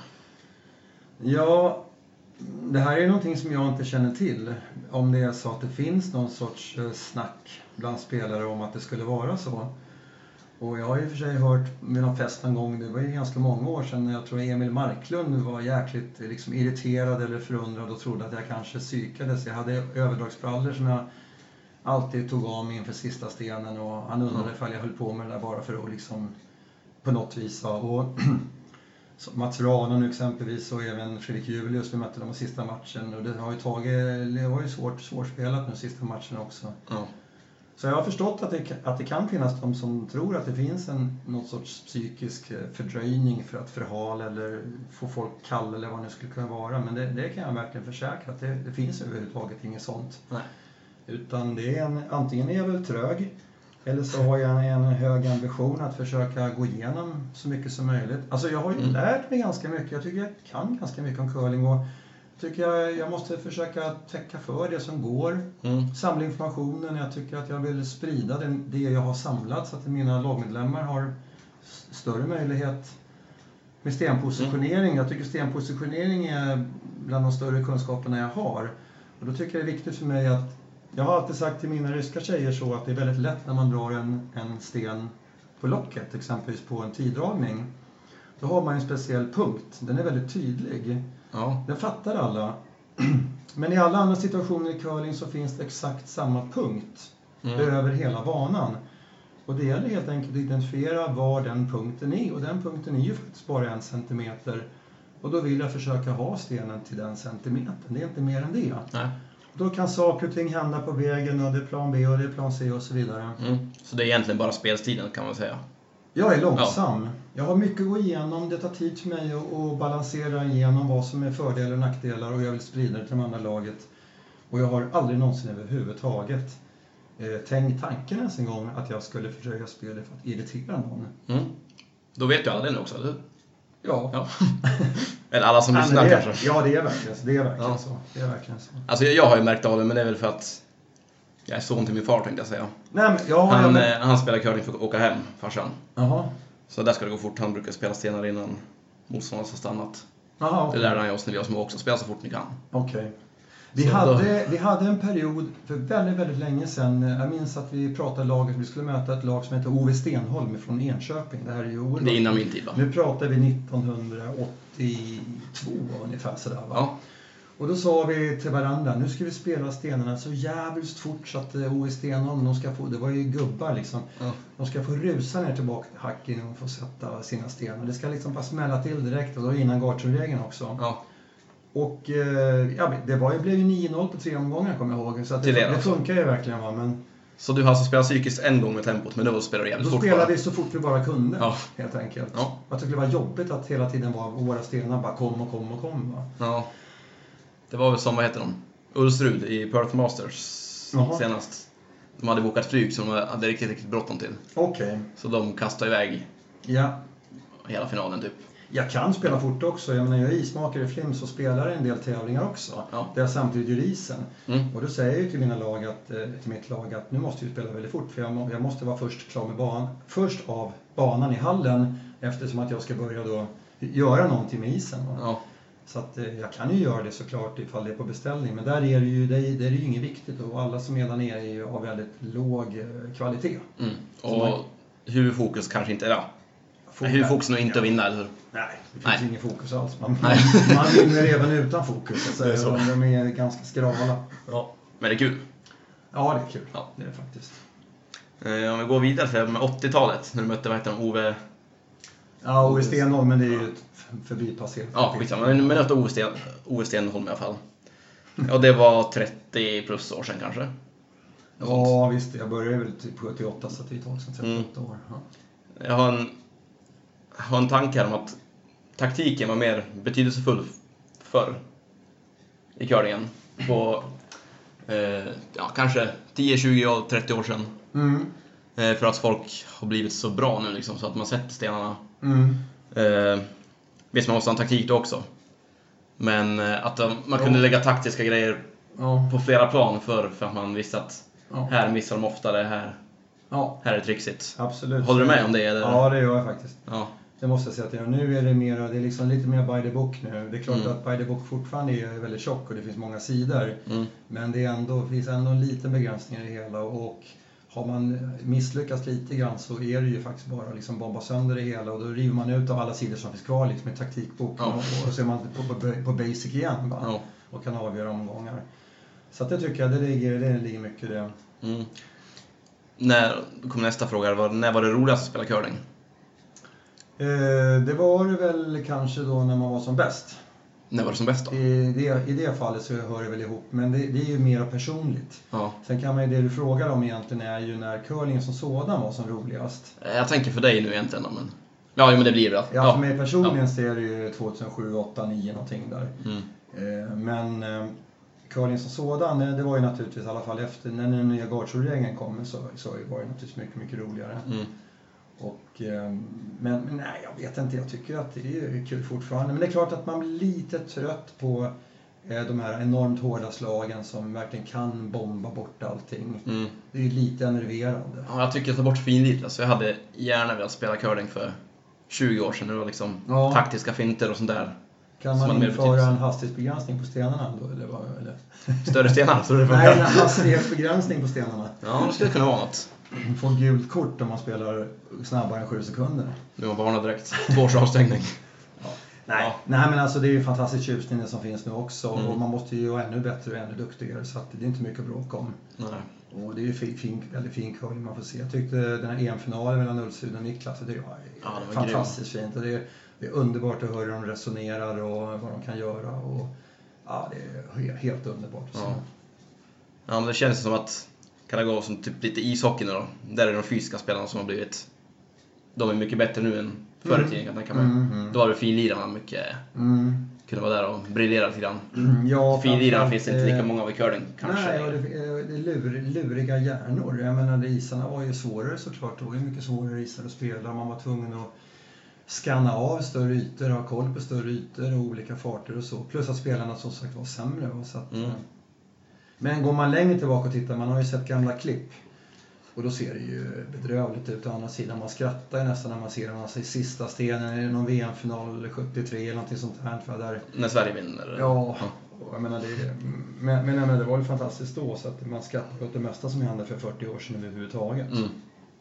Ja, det här är någonting som jag inte känner till. Om det är så att det finns någon sorts snack bland spelare om att det skulle vara så. Och jag har ju för sig hört med någon fest en gång, det var ju ganska många år sedan, jag tror Emil Marklund var jäkligt liksom irriterad eller förundrad och trodde att jag kanske psykades. Jag hade överdragsbrallor som jag alltid tog av mig inför sista stenen, och han undrade mm. ifall jag höll på med det där bara för att liksom på något vis. Och så Mats Rana nu exempelvis, och även Fredrik Julius, vi mötte dem i sista matchen, och det har ju tagit, det var ju svårt, svårspelat nu sista matchen också. Mm. Så jag har förstått att det, att det kan finnas de som tror att det finns en något sorts psykisk fördröjning för att förhala eller få folk kall eller vad det skulle kunna vara. Men det, det kan jag verkligen försäkra att det, det finns överhuvudtaget inget sånt. Nej. Utan det är en, antingen är jag väl trög, eller så har jag en hög ambition att försöka gå igenom så mycket som möjligt. Alltså jag har ju mm. lärt mig ganska mycket. Jag tycker jag kan ganska mycket om curling, och tycker jag, jag måste försöka täcka för det som går. Mm. Samla informationen. Jag tycker att jag vill sprida det, det jag har samlat, så att mina lagmedlemmar har större möjlighet med stenpositionering. Mm. Jag tycker stenpositionering är bland de större kunskaperna jag har. Och då tycker jag det är viktigt för mig att, jag har alltid sagt till mina ryska tjejer så, att det är väldigt lätt när man drar en, en sten på locket, exempelvis på en tiddragning. Då har man en speciell punkt. Den är väldigt tydlig. Ja. Den fattar alla. Men i alla andra situationer i curling så finns det exakt samma punkt mm. över hela banan. Och det gäller helt enkelt att identifiera var den punkten är. Och den punkten är ju faktiskt bara en centimeter. Och då vill jag försöka ha stenen till den centimetern. Det är inte mer än det. Nej. Då kan saker och ting hända på vägen, och det är plan B och det är plan C och så vidare. Mm. Så det är egentligen bara speltiden, kan man säga? Jag är långsam. Ja. Jag har mycket att gå igenom. Det tar tid för mig att, att balansera igenom vad som är fördelar och nackdelar, och jag vill sprida det till det andra laget. Och jag har aldrig någonsin överhuvudtaget eh, tänkt tanken ens en gång att jag skulle försöka spela för att irritera någon. Mm. Då vet ju alla det nu också, eller? Ja. ja. Eller alla som lyssnar det, kanske. Ja, det är verkligen så. Det är verkligen, ja. så. Det är verkligen så. Alltså jag har ju märkt av det, men det är väl för att jag är son till min far, tänkte jag säga. Nej, men, ja, han, men... han spelar curling för att åka hem, farsan. Jaha. Så där ska det gå fort. Han brukar spela stenar innan motståndaren har stannat. Aha, okay. Det lärde han ju oss när vi var små också. Spela så fort ni kan. Okej. Okay. Vi, hade, vi hade en period för väldigt, väldigt länge sedan. Jag minns att vi pratade laget. Vi skulle möta ett lag som heter O V Stenholm från Enköping. Det här är ju oerhört. Det är innan min tid, va? Nu pratar vi nittonhundraåttiotvå ungefär sådär, va? Ja. Och då sa vi till varandra, nu ska vi spela stenarna så jävligt fort så att O V Stenholm, de ska få, det var ju gubbar liksom, ja. De ska få rusa ner tillbaka till hacken och få sätta sina stenar. Det ska liksom bara smälla till direkt, och då innan Gartson-regeln också. Ja. Och eh, ja, det var ju, blev ju nio noll på tre omgångar, kommer jag ihåg. Så att det, det, det funkar ju verkligen, va? Men så du har alltså spelat psykiskt en gång med tempot, men då spelar du jävligt då fort? Då spelade vi så fort vi bara kunde, ja. helt enkelt. Ja. Jag tyckte det var jobbigt att hela tiden var våra stenar bara kom och kom och kom, va? Ja. Det var väl som, vad heter de? Ulsrud i Perth Masters Aha. senast. De hade bokat flyg som de hade riktigt, riktigt bråttom till. Okej. Okay. Så de kastade iväg ja. hela finalen typ. Jag kan spela fort också. Jag menar, jag är ismakare i Flim, så spelar en del tävlingar också. Ja. Där jag samtidigt gör isen. Mm. Och då säger jag ju till mina lag att, till mitt lag att nu måste vi spela väldigt fort. För jag, jag måste vara först klar med banan. Först av banan i hallen. Eftersom att jag ska börja då göra någonting med isen. Ja. Så att jag kan ju göra det såklart ifall det är på beställning. Men där är det ju, det är, det är ju inget viktigt. Och alla som är där nere är ju av väldigt låg kvalitet. Mm. Och man... huvudfokus kanske inte är där. Huvudfokus är nog inte ja. att vinna, eller hur? Nej, det finns Nej. ingen fokus alls. Man, man, man vinner även utan fokus. Alltså, det är så. De är ganska skrala. Ja. Men det är kul. Ja, det är kul. Ja. Det är det faktiskt. Eh, om vi går vidare till åttiotalet. När du mötte, vad heter de? Ove... Ja, Ove Stenholm, men det är ju ett förbipasserat. Ja, skitsamma. Men vi mötte Ove, Sten, Ove Stenholm i alla fall. Ja, det var trettio plus år sedan kanske. Ja, visst. Jag började väl typ sjuttioåtta, så det är ett tag sedan, trettioåtta mm. år. Ja. Jag har en... Jag har en tanke här om att taktiken var mer betydelsefull förr i curlingen på eh, ja, kanske tio, tjugo, trettio år sedan. Mm. Eh, för att folk har blivit så bra nu liksom, så att man sätter stenarna. Mm. Eh, visst, man måste ha en taktik då också. Men eh, att um, man kunde lägga taktiska grejer ja. på flera plan för, för att man visste att ja. här missar de ofta det här. Ja, här är trixigt. absolut. Håller du med om det? Eller? Ja, det gör jag faktiskt. Ja. Det måste jag säga att jag, nu är det mer, det är liksom lite mer by the book nu. Det är klart Mm. att by the book fortfarande är väldigt tjock och det finns många sidor. Mm. Men det är ändå, finns ändå en liten begränsning i det hela, och har man misslyckats lite grann så är det ju faktiskt bara liksom bomba sönder det hela, och då river man ut av alla sidor som finns kvar liksom i taktikbok, Ja. och, och så är man på, på, på basic igen va? Ja. Och kan avgöra omgångar. Så att det tycker jag, det ligger, det ligger mycket i det. Mm. När, då kommer nästa fråga. Var, när var det roligast att spela curling? Eh, det var det väl kanske då när man var som bäst. När var det som bäst då? I det, I det fallet så hör det väl ihop, men det, det är ju mer personligt. Ja. Sen kan man ju, det du frågar om egentligen är ju när curlingen som sådan var som roligast. Jag tänker för dig nu egentligen då, men... Ja, men det blir det. Ja, för mig personligen så är det ju tvåtusensju, åtta, nio någonting där. Mm. Eh, men eh, curling som sådan, eh, det var ju naturligtvis i alla fall efter, när den nya guardshow-regeln kom så, så var det naturligtvis mycket, mycket roligare. Mm. Och, eh, men, men nej, jag vet inte, jag tycker att det är kul fortfarande. Men det är klart att man blir lite trött på eh, de här enormt hårda slagen som verkligen kan bomba bort allting. Mm. Det är ju lite enerverande. Ja, jag tycker jag tar bort finlir. Alltså, jag hade gärna velat spela curling för tjugo år sedan. Det var liksom Ja. taktiska finter och sånt där. Kan som man hade mer införa betydelse. en hastighetsbegränsning på stenarna då? Eller vad, eller? Större stenar, tror du det Nej, en funkar? hastighetsbegränsning på stenarna. Ja, det skulle kunna vara något. Få gult kort om man spelar snabbare än sju sekunder. Nu var varnad direkt. Två års avstängning. Nej. Ja. Nej, men alltså det är ju fantastiskt tjusning det som finns nu också. Mm. Och man måste ju göra ännu bättre och ännu duktigare. Så att det är inte mycket att bråka om. Nej. Och det är ju fin, fin, väldigt fin curling man får se. Jag tyckte den här E M-finalen mellan Ulsud och Niklas, det var, Ja, det var fantastiskt fint. Och det är, det är underbart att höra hur de resonerar och vad de kan göra. Och, ja, det är helt underbart. Ja. Ja, men det känns som att kan det gå som typ lite ishockey nu då. Där är de fysiska spelarna som har blivit... De är mycket bättre nu än förr i Mm. tiden, kan jag tänka mig. Mm, mm. Då var det finlirarna mycket... Mm. Kunde vara där och briljera lite grann. Ja, Finlirarna framförallt, finns inte lika eh, många av i curling, kanske. Nej, och det, det är lur, luriga hjärnor. Jag menar, isarna var ju svårare såklart. Det var ju mycket svårare isar att spela. Man var tvungen att skanna av större ytor, ha koll på större ytor och olika farter och så. Plus att spelarna som sagt var sämre. Va? Så att, Mm. Men går man längre tillbaka och tittar, man har ju sett gamla klipp. Och då ser det ju bedrövligt ut. Å andra sidan, man skrattar ju nästan när man ser den. Alltså, i sista stenen är det någon V M-final sjuttiotre eller någonting sånt här. För där. När Sverige vinner. Ja, och jag menar det, men, men, men det var ju fantastiskt då, så att man skrattar åt det mesta som hände för fyrtio år sedan överhuvudtaget. Mm.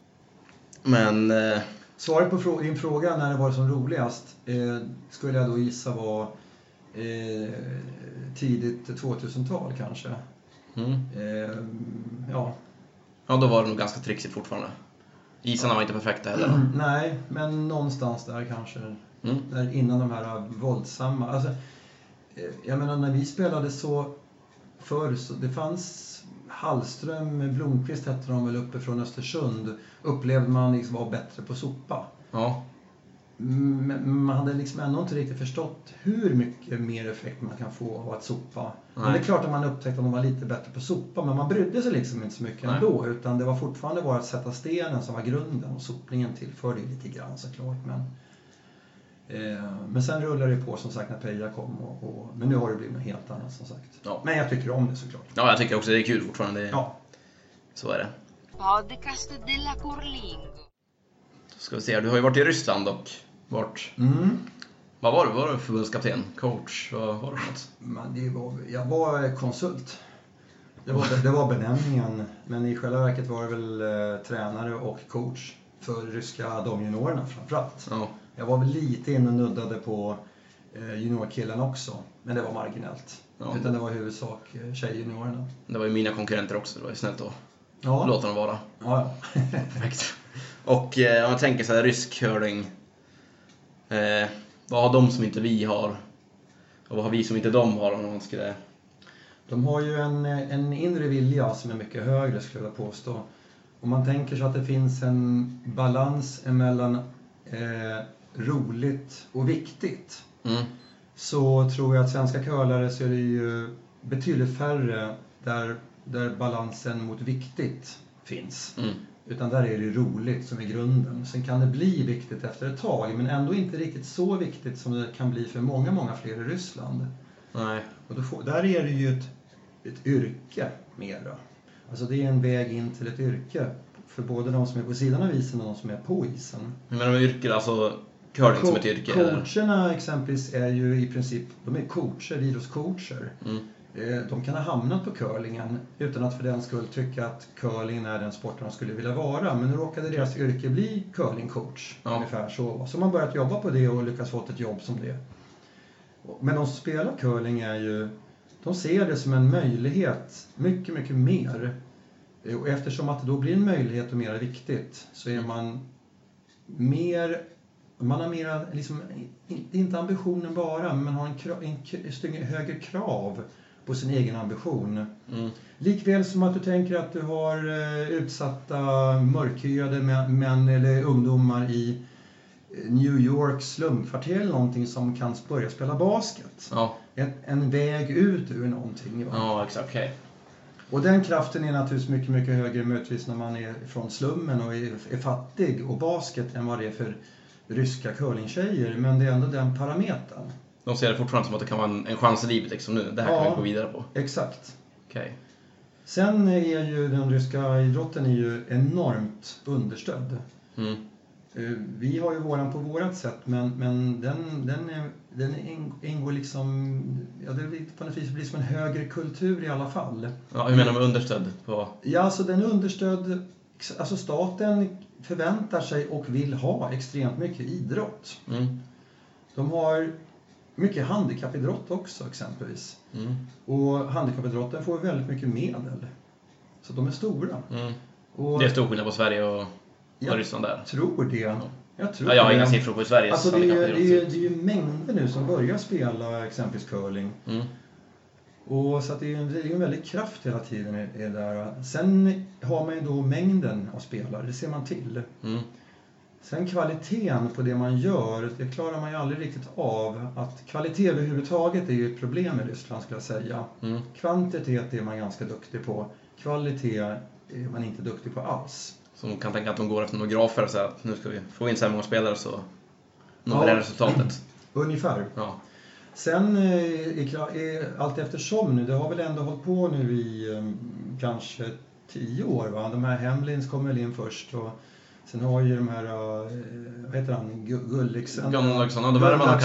Men... Eh, Svaret på frå- din fråga när det var som roligast eh, skulle jag då gissa var eh, tidigt tvåtusental kanske. mm. Eh, ja, Ja, då var det nog ganska trixigt fortfarande. Isarna var inte perfekta heller. Då. nej, men någonstans där kanske. Mm. Där innan de här våldsamma. Alltså, eh, jag menar när vi spelade så förr så det fanns Hallström, Blomqvist hette de väl uppe från Östersund. Upplevde man liksom var bättre på sopa. Ja. Men man hade liksom ändå inte riktigt förstått hur mycket mer effekt man kan få av att sopa. Men Nej. det är klart att man upptäckte att de var lite bättre på sopa, men man brydde sig liksom inte så mycket Nej. ändå. Utan det var fortfarande bara att sätta stenen som var grunden, och sopningen tillförde ju lite grann såklart. Men, eh, men sen rullade det på som sagt när Peja kom. Och, och, men nu har det blivit något helt annat som sagt. Ja. Men jag tycker om det såklart. Ja, jag tycker också det är kul fortfarande. Det, Ja. Så är det. Podcast della Curlingo. Då ska vi se, du har ju varit i Ryssland och varit... Mm. Vad var du? Var du förbundskapten? Coach? Vad var det för något? Men det var, jag var konsult. Det var, det var benämningen. Men i själva verket var det väl eh, tränare och coach för ryska damjuniorerna framförallt. Ja. Jag var väl lite in och nuddade på eh, juniorkillen också. Men det var marginellt. Ja. Utan det var i huvudsak eh, tjejjuniorerna. Det var ju mina konkurrenter också. Det var ju snällt att Ja, låta dem vara. ja, ja. Perfekt. Och eh, om jag tänker så här, rysk curling. Eh, vad har de som inte vi har? Och vad har vi som inte de har, om man skulle... De har ju en, en inre vilja som är mycket högre, skulle jag påstå. Om man tänker sig att det finns en balans emellan eh, roligt och viktigt, Mm. så tror jag att svenska curlare så är det ju betydligt färre där, där balansen mot viktigt finns. Mm. Utan där är det roligt som är grunden. Sen kan det bli viktigt efter ett tag, men ändå inte riktigt så viktigt som det kan bli för många, många fler i Ryssland. Nej. Och då får, där är det ju ett, ett yrke mera. Alltså det är en väg in till ett yrke för både de som är på sidan av isen och de som är på isen. Men de yrken, alltså curling som ett yrke? Coacherna eller? Exempelvis är ju i princip, de är coacher, idrottscoacher. Mm. De kan ha hamnat på curlingen utan att för den skull tycka att curlingen är den sporten de skulle vilja vara. Men nu råkade deras yrke bli curlingcoach, ja. Ungefär så. Så man börjat jobba på det och lyckats få ett jobb som det. Men de som spelar curling är ju, de ser det som en möjlighet, mycket, mycket mer. Och eftersom att det då blir en möjlighet och mer viktigt så är man mer, man har mera, liksom, inte ambitionen bara, men man har en, en, en högre krav på sin egen ambition. Mm. Likväl som att du tänker att du har uh, utsatta mörkhyade män eller ungdomar i New York slumkvarter eller någonting som kan börja spela basket. Ja. En, en väg ut ur någonting. Va? Ja, exakt. Okay. Och den kraften är naturligtvis mycket, mycket högre möjligtvis när man är från slummen och är, är fattig och basket än vad det är för ryska curlingtjejer. Men det är ändå den parametern. De ser det fortfarande som att det kan vara en, en chans i livet liksom nu. Det här ja, kan vi gå vidare på. Exakt. Okej. Okay. Sen är ju den ryska idrotten är ju enormt understödd. Mm. Vi har ju våran på vårat sätt, men, men den, den, är, den ingår liksom, ja, det blir på något vis blir som en högre kultur i alla fall. Ja, hur menar du med understödd? På? Ja, alltså den är understödd, alltså staten förväntar sig och vill ha extremt mycket idrott. Mm. De har mycket handikappidrott också exempelvis. Mm. Och handikappidrotten får väldigt mycket medel. Så de är stora. Mm. Och det är stor skillnad på Sverige och, och Ryssland där. Jag tror det. Ja. Jag, tror ja, jag har det. inga siffror på Sverige. Alltså det, är, det, är, det, är, det är ju mängder nu som börjar spela exempelvis curling. Mm. Och så att det är en, det är en väldigt kraft hela tiden är, är där. Sen har man ju då mängden av spelare, det ser man till. Mm. Sen kvaliteten på det man gör, det klarar man ju aldrig riktigt av. Att kvalitet överhuvudtaget är ju ett problem i Ryssland skulle jag säga. Mm. Kvantitet är man ganska duktig på. Kvalitet är man inte duktig på alls. Så man kan tänka att de går efter några grafer och säger att nu ska vi få in så här många spelare så når vi ja, resultatet. Ungefär. Ja. Sen är, är allt eftersom nu, det har väl ändå hållit på nu i um, kanske tio år va. De här Hemlins kommer väl in först och sen har ju de här, uh, vad heter han, Gulliksen. Gunnarsson, ja, då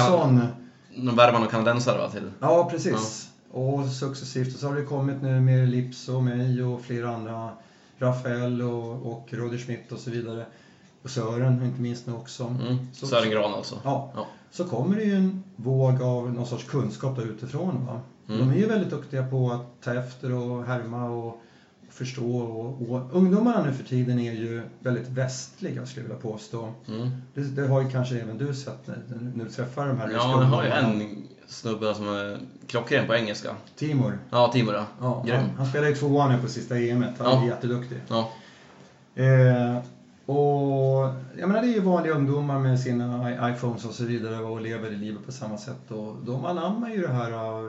värvar man och kanadensare va till. Ja, precis. Ja. Och successivt så har det kommit nu med Lips och mig och flera andra, Rafael och, och Roger Schmidt och så vidare. Och Sören inte minst nu också. Mm. Så, Sören Gran alltså. Ja. ja. Så kommer det ju en våg av någon sorts kunskap där utifrån va. Mm. De är ju väldigt duktiga på att ta efter och härma och förstå. Och, och ungdomarna nu för tiden är ju väldigt västliga skulle jag vilja påstå. Mm. Det, det har ju kanske även du sett när, när du träffar de här. Ja, jag har ju en snubbe som är klockren på engelska. Timor. Ja, Timor ja. ja han, han spelar ju tvåan nu på sista E M-et. Han ja. är jätteduktig. Ja. Eh, och jag menar det är ju vanliga ungdomar med sina iPhones och så vidare och lever i livet på samma sätt. Och de anammar ju det här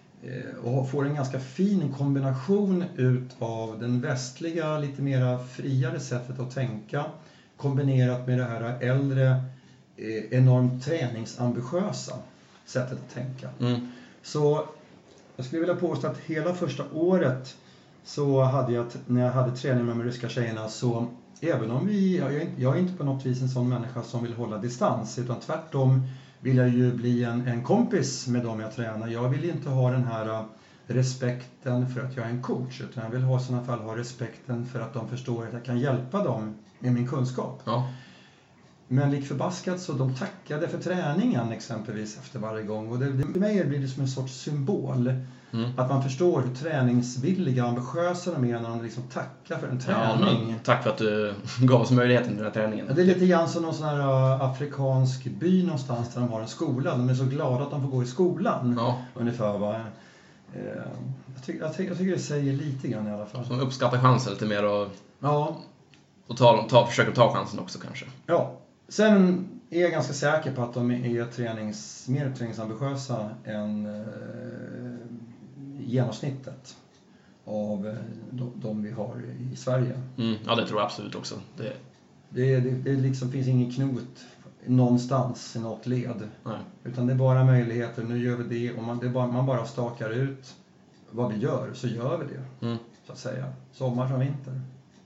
och får en ganska fin kombination ut av den västliga, lite mera friare sättet att tänka kombinerat med det här äldre, enormt träningsambitiösa sättet att tänka. Mm. Så jag skulle vilja påstå att hela första året så hade jag, när jag hade träning med de ryska tjejerna, så även om vi, jag är, jag är inte på något vis en sån människa som vill hålla distans, utan tvärtom vill jag ju bli en, en kompis med dem jag tränar. Jag vill inte ha den här respekten för att jag är en coach, utan jag vill ha, i sådana fall ha respekten för att de förstår att jag kan hjälpa dem med min kunskap. Ja. Men lik förbaskat så de tackade för träningen exempelvis efter varje gång. Och det, det, för mig blir det som en sorts symbol. Mm. Att man förstår hur träningsvilliga och ambitiösa de är när de liksom tackar för en träning. Ja, tack för att du gav oss möjligheten till den här träningen. Ja, det är lite grann som någon sån här afrikansk by någonstans där de har en skola. De är så glada att de får gå i skolan. Ja. Ungefär va. Jag, tycker, jag, tycker, jag tycker det säger lite grann i alla fall. Som uppskattar chansen lite mer och, ja. och ta, ta, försöker ta chansen också kanske. Ja. Sen är jag ganska säker på att de är tränings, mer träningsambitiösa än eh, genomsnittet av de, de vi har i Sverige. Mm, ja, det tror jag absolut också. Det, det, det, det liksom finns ingen knut någonstans i något led. Nej. Utan det är bara möjligheter. Nu gör vi det och man, det bara, man bara stakar ut vad vi gör, så gör vi det. Mm. Så att säga. Sommar som vinter.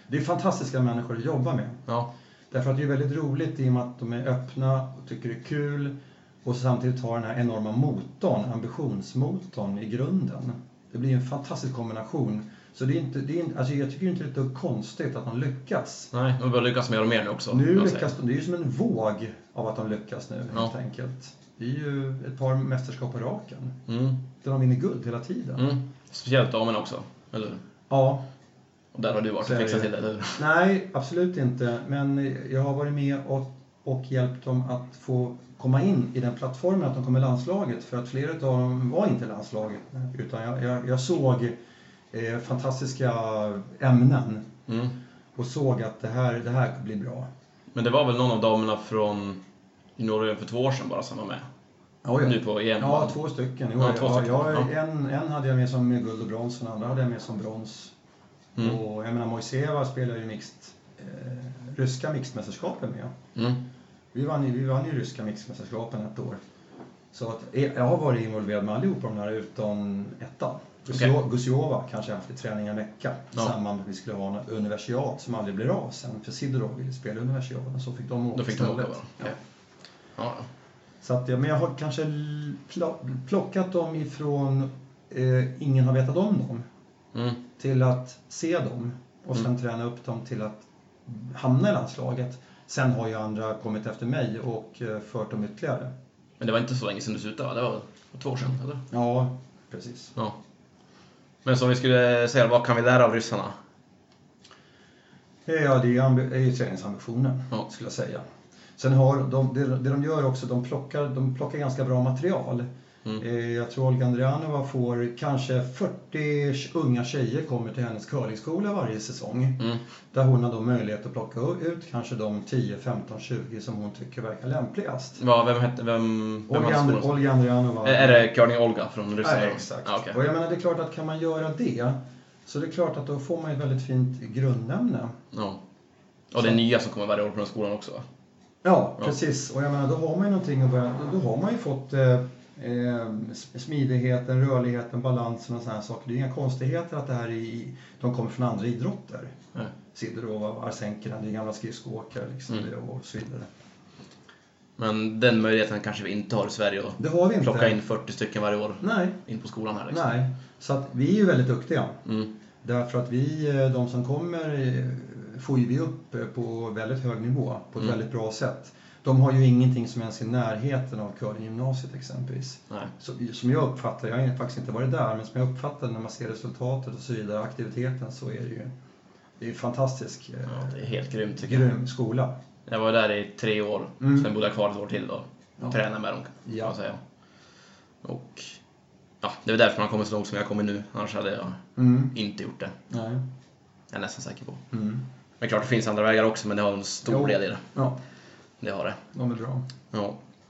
Det är fantastiska människor att jobba med. Ja. Därför att det är väldigt roligt i och med att de är öppna och tycker det är kul. Och samtidigt har den här enorma motorn, ambitionsmotorn i grunden. Det blir en fantastisk kombination. Så det är inte, det är inte, alltså jag tycker inte det är konstigt att de lyckas. Nej, de börjar lyckas mer och mer nu också. Nu lyckas de, det är ju som en våg av att de lyckas nu Ja. helt enkelt. Det är ju ett par mästerskap på raken. Mm. Där de vinner guld hela tiden. Mm. Speciellt damen också, eller hur? Ja. Och där har du varit Så och är fixat det. till det, eller hur? Nej, absolut inte. Men jag har varit med och, och hjälpt dem att få komma in i den plattformen att de kommer landslaget. För att flera av dem var inte landslaget. Utan jag, jag, jag såg eh, fantastiska ämnen. Mm. Och såg att det här, det här blir bra. Men det var väl någon av damerna från juniorien för två år sedan bara som var med? Ja, ja. Nu på E M? Ja, två stycken. Jo, Ja, två stycken. Ja, jag, Ja. en, en hade jag med som guld och brons, och den andra hade jag med som brons. Mm. Och jag menar, Moiseva spelar ju mixed, eh, ryska mixedmästerskapen med. Mm. Vi vann, ju- vi vann ju ryska mixedmästerskapen ett år. Så att, eh, jag har varit involverad med allihopa de här utom ettan. Okej. Gusiova kanske haft i träning en vecka i Ja. samband med att vi skulle ha en universiat som aldrig blev av sen. För Sidorov ville spela universiaten, så fick de åka Då fick de åka istället. bara. Ja. Okej. Ja. Så att, ja, men jag har kanske l- pl- plockat dem ifrån eh, ingen har vetat om dem Mm. till att se dem och sen Mm. träna upp dem till att hamna i landslaget. Sen har ju andra kommit efter mig och eh, fört dem ytterligare. Men det var inte så länge sedan du slutade, va? Det var två år sedan, eller? Ja, precis. Ja. Men som vi skulle säga, vad kan vi lära av ryssarna? Ja, det är, ambi- är ju träningsambitionen, Ja. skulle jag säga. Sen har de, det, det de gör också, de plockar, de plockar ganska bra material. Mm. Eh, Jag tror Olga Andrianova får kanske fyrtio unga tjejer kommer till hennes curlingskola varje säsong. Mm. Där hon har då möjlighet att plocka ut kanske de tio, femton, tjugo som hon tycker verkar lämpligast. Va, vem hette, vem, vem Olga, var And- skolan? Olga Andrianova. Är det Curling Olga från Ryssland? Nej, exakt. Ja, okej. Och jag menar, det är klart att kan man göra det, så det är klart att då får man ett väldigt fint grundämne. Ja. Och det är nya som kommer varje år på den skolan också, va? Ja, Ja. precis. Och jag menar, då har man ju någonting att börja, då har man ju fått eh, eh, smidigheten, rörligheten, balansen och sådana här saker. Det är inga konstigheter att det här är i, de kommer från andra idrotter. Nej. Sidorova, Arsenkerna, det är gamla skridskoåkare liksom, Mm. det och så vidare. Men den möjligheten kanske vi inte har i Sverige att Det har vi inte. plocka in fyrtio stycken varje år Nej, in på skolan här liksom. nej. Så att vi är ju väldigt duktiga. Mm. Därför att vi, eh, de som kommer, eh, får ju vi upp eh, på väldigt hög nivå, på ett Mm. väldigt bra sätt. De har ju ingenting som ens är i närheten av curlinggymnasiet exempelvis. Nej. Så, som jag uppfattar, jag har faktiskt inte varit där, men som jag uppfattar när man ser resultatet och så vidare, aktiviteten, så är det ju det är en fantastisk eh, Ja, det är helt grymt tycker jag. grym skola. Jag var där i tre år, Mm. sen bodde jag kvar ett år till då. Ja. Tränade med dem, kan Ja. man säga. Och ja, det är därför man kommer så långt som jag kommer nu. Annars hade jag Mm. inte gjort det. Nej. Jag är nästan säker på. Mm. Men klart det finns andra vägar också, men det har en stor Jo. del i det. Ja, Det har det. de är bra. Ja.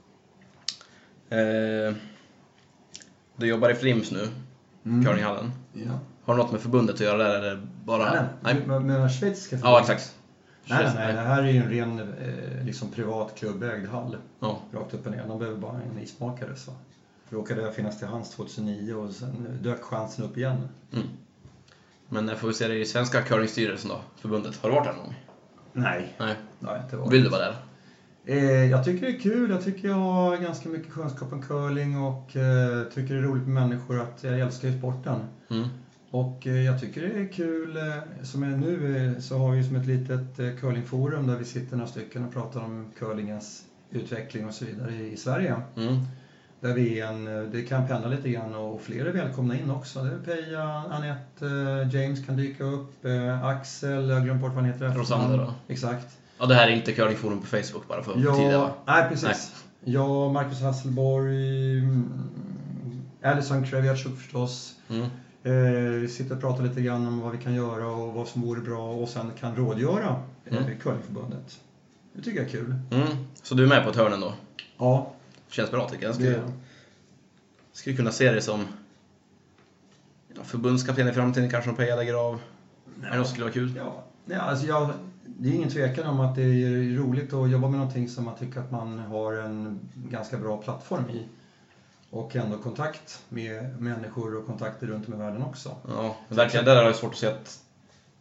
Eh, du jobbar i Flims nu, Mm. curlinghallen. Ja. Har du något med förbundet att göra där eller bara... Nej, Nej. nej. Men den schweiziska Ja, exakt. Nej, nej, nej, det här är ju en ren eh, liksom privat klubbägd hall. Ja. Rakt upp och ner. De behöver bara en ismakare. Så. Råkade finnas till hands tjugohundranio och sen dök chansen upp igen. Mm. Men när får vi se det i svenska curlingstyrelsen då? Förbundet. Har du varit där någon gång? Nej, Nej. det har jag inte varit. Vill du vara där? Eh, jag tycker det är kul. Jag tycker jag har ganska mycket kunskap om curling och eh, tycker det är roligt med människor. Att jag älskar ju sporten. Mm. Och eh, jag tycker det är kul. Eh, som är nu eh, så har vi som ett litet eh, curlingforum där vi sitter några stycken och pratar om curlingens utveckling och så vidare i, i Sverige. Mm. Där vi är en, det kan pendla lite grann och fler är välkomna in också. Det är Peja, Anette, eh, James kan dyka upp, eh, Axel, jag har glömt bort vad han heter. Rosander då? Exakt. Ja, det här är inte curlingforum på Facebook bara för att Ja, tidigare, va? nej precis. Jag, Marcus Hasselborg, mm, Alison Kreviatchuk förstås. Mm. Eh, vi sitter och pratar lite grann om vad vi kan göra och vad som vore bra och sen kan rådgöra eh, Mm. curlingförbundet. Det tycker jag är kul. Mm. Så du är med på ett hörn då? Ja, Känns bra tycker jag. Jag det skulle, är skulle kunna se det som ja, förbundskapten i framtiden kanske om Peja lägger av. Är det något som skulle vara kul? Ja, ja alltså jag, det är ingen tvekan om att det är roligt att jobba med någonting som man tycker att man har en ganska bra plattform i. Och ändå kontakt med människor och kontakter runt om i världen också. Ja, men verkligen där är det svårt att se att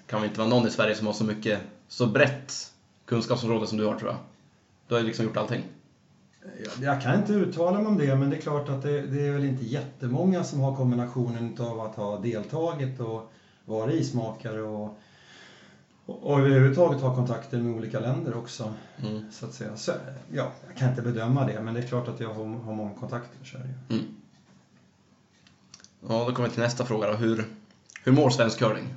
kan vi inte vara någon i Sverige som har så mycket, så brett kunskapsområde som du har, tror jag. Du har ju liksom gjort allting. Jag, jag kan inte uttala mig om det, men det är klart att det, det är väl inte jättemånga som har kombinationen av att ha deltagit och vara ismakare och, och, och överhuvudtaget ha kontakter med olika länder också. Mm. Så att säga. Så, ja, jag kan inte bedöma det, men det är klart att jag har, har många kontakter. Så är det. Mm. Ja, då kommer vi till nästa fråga då. Hur, hur mår svensk curling?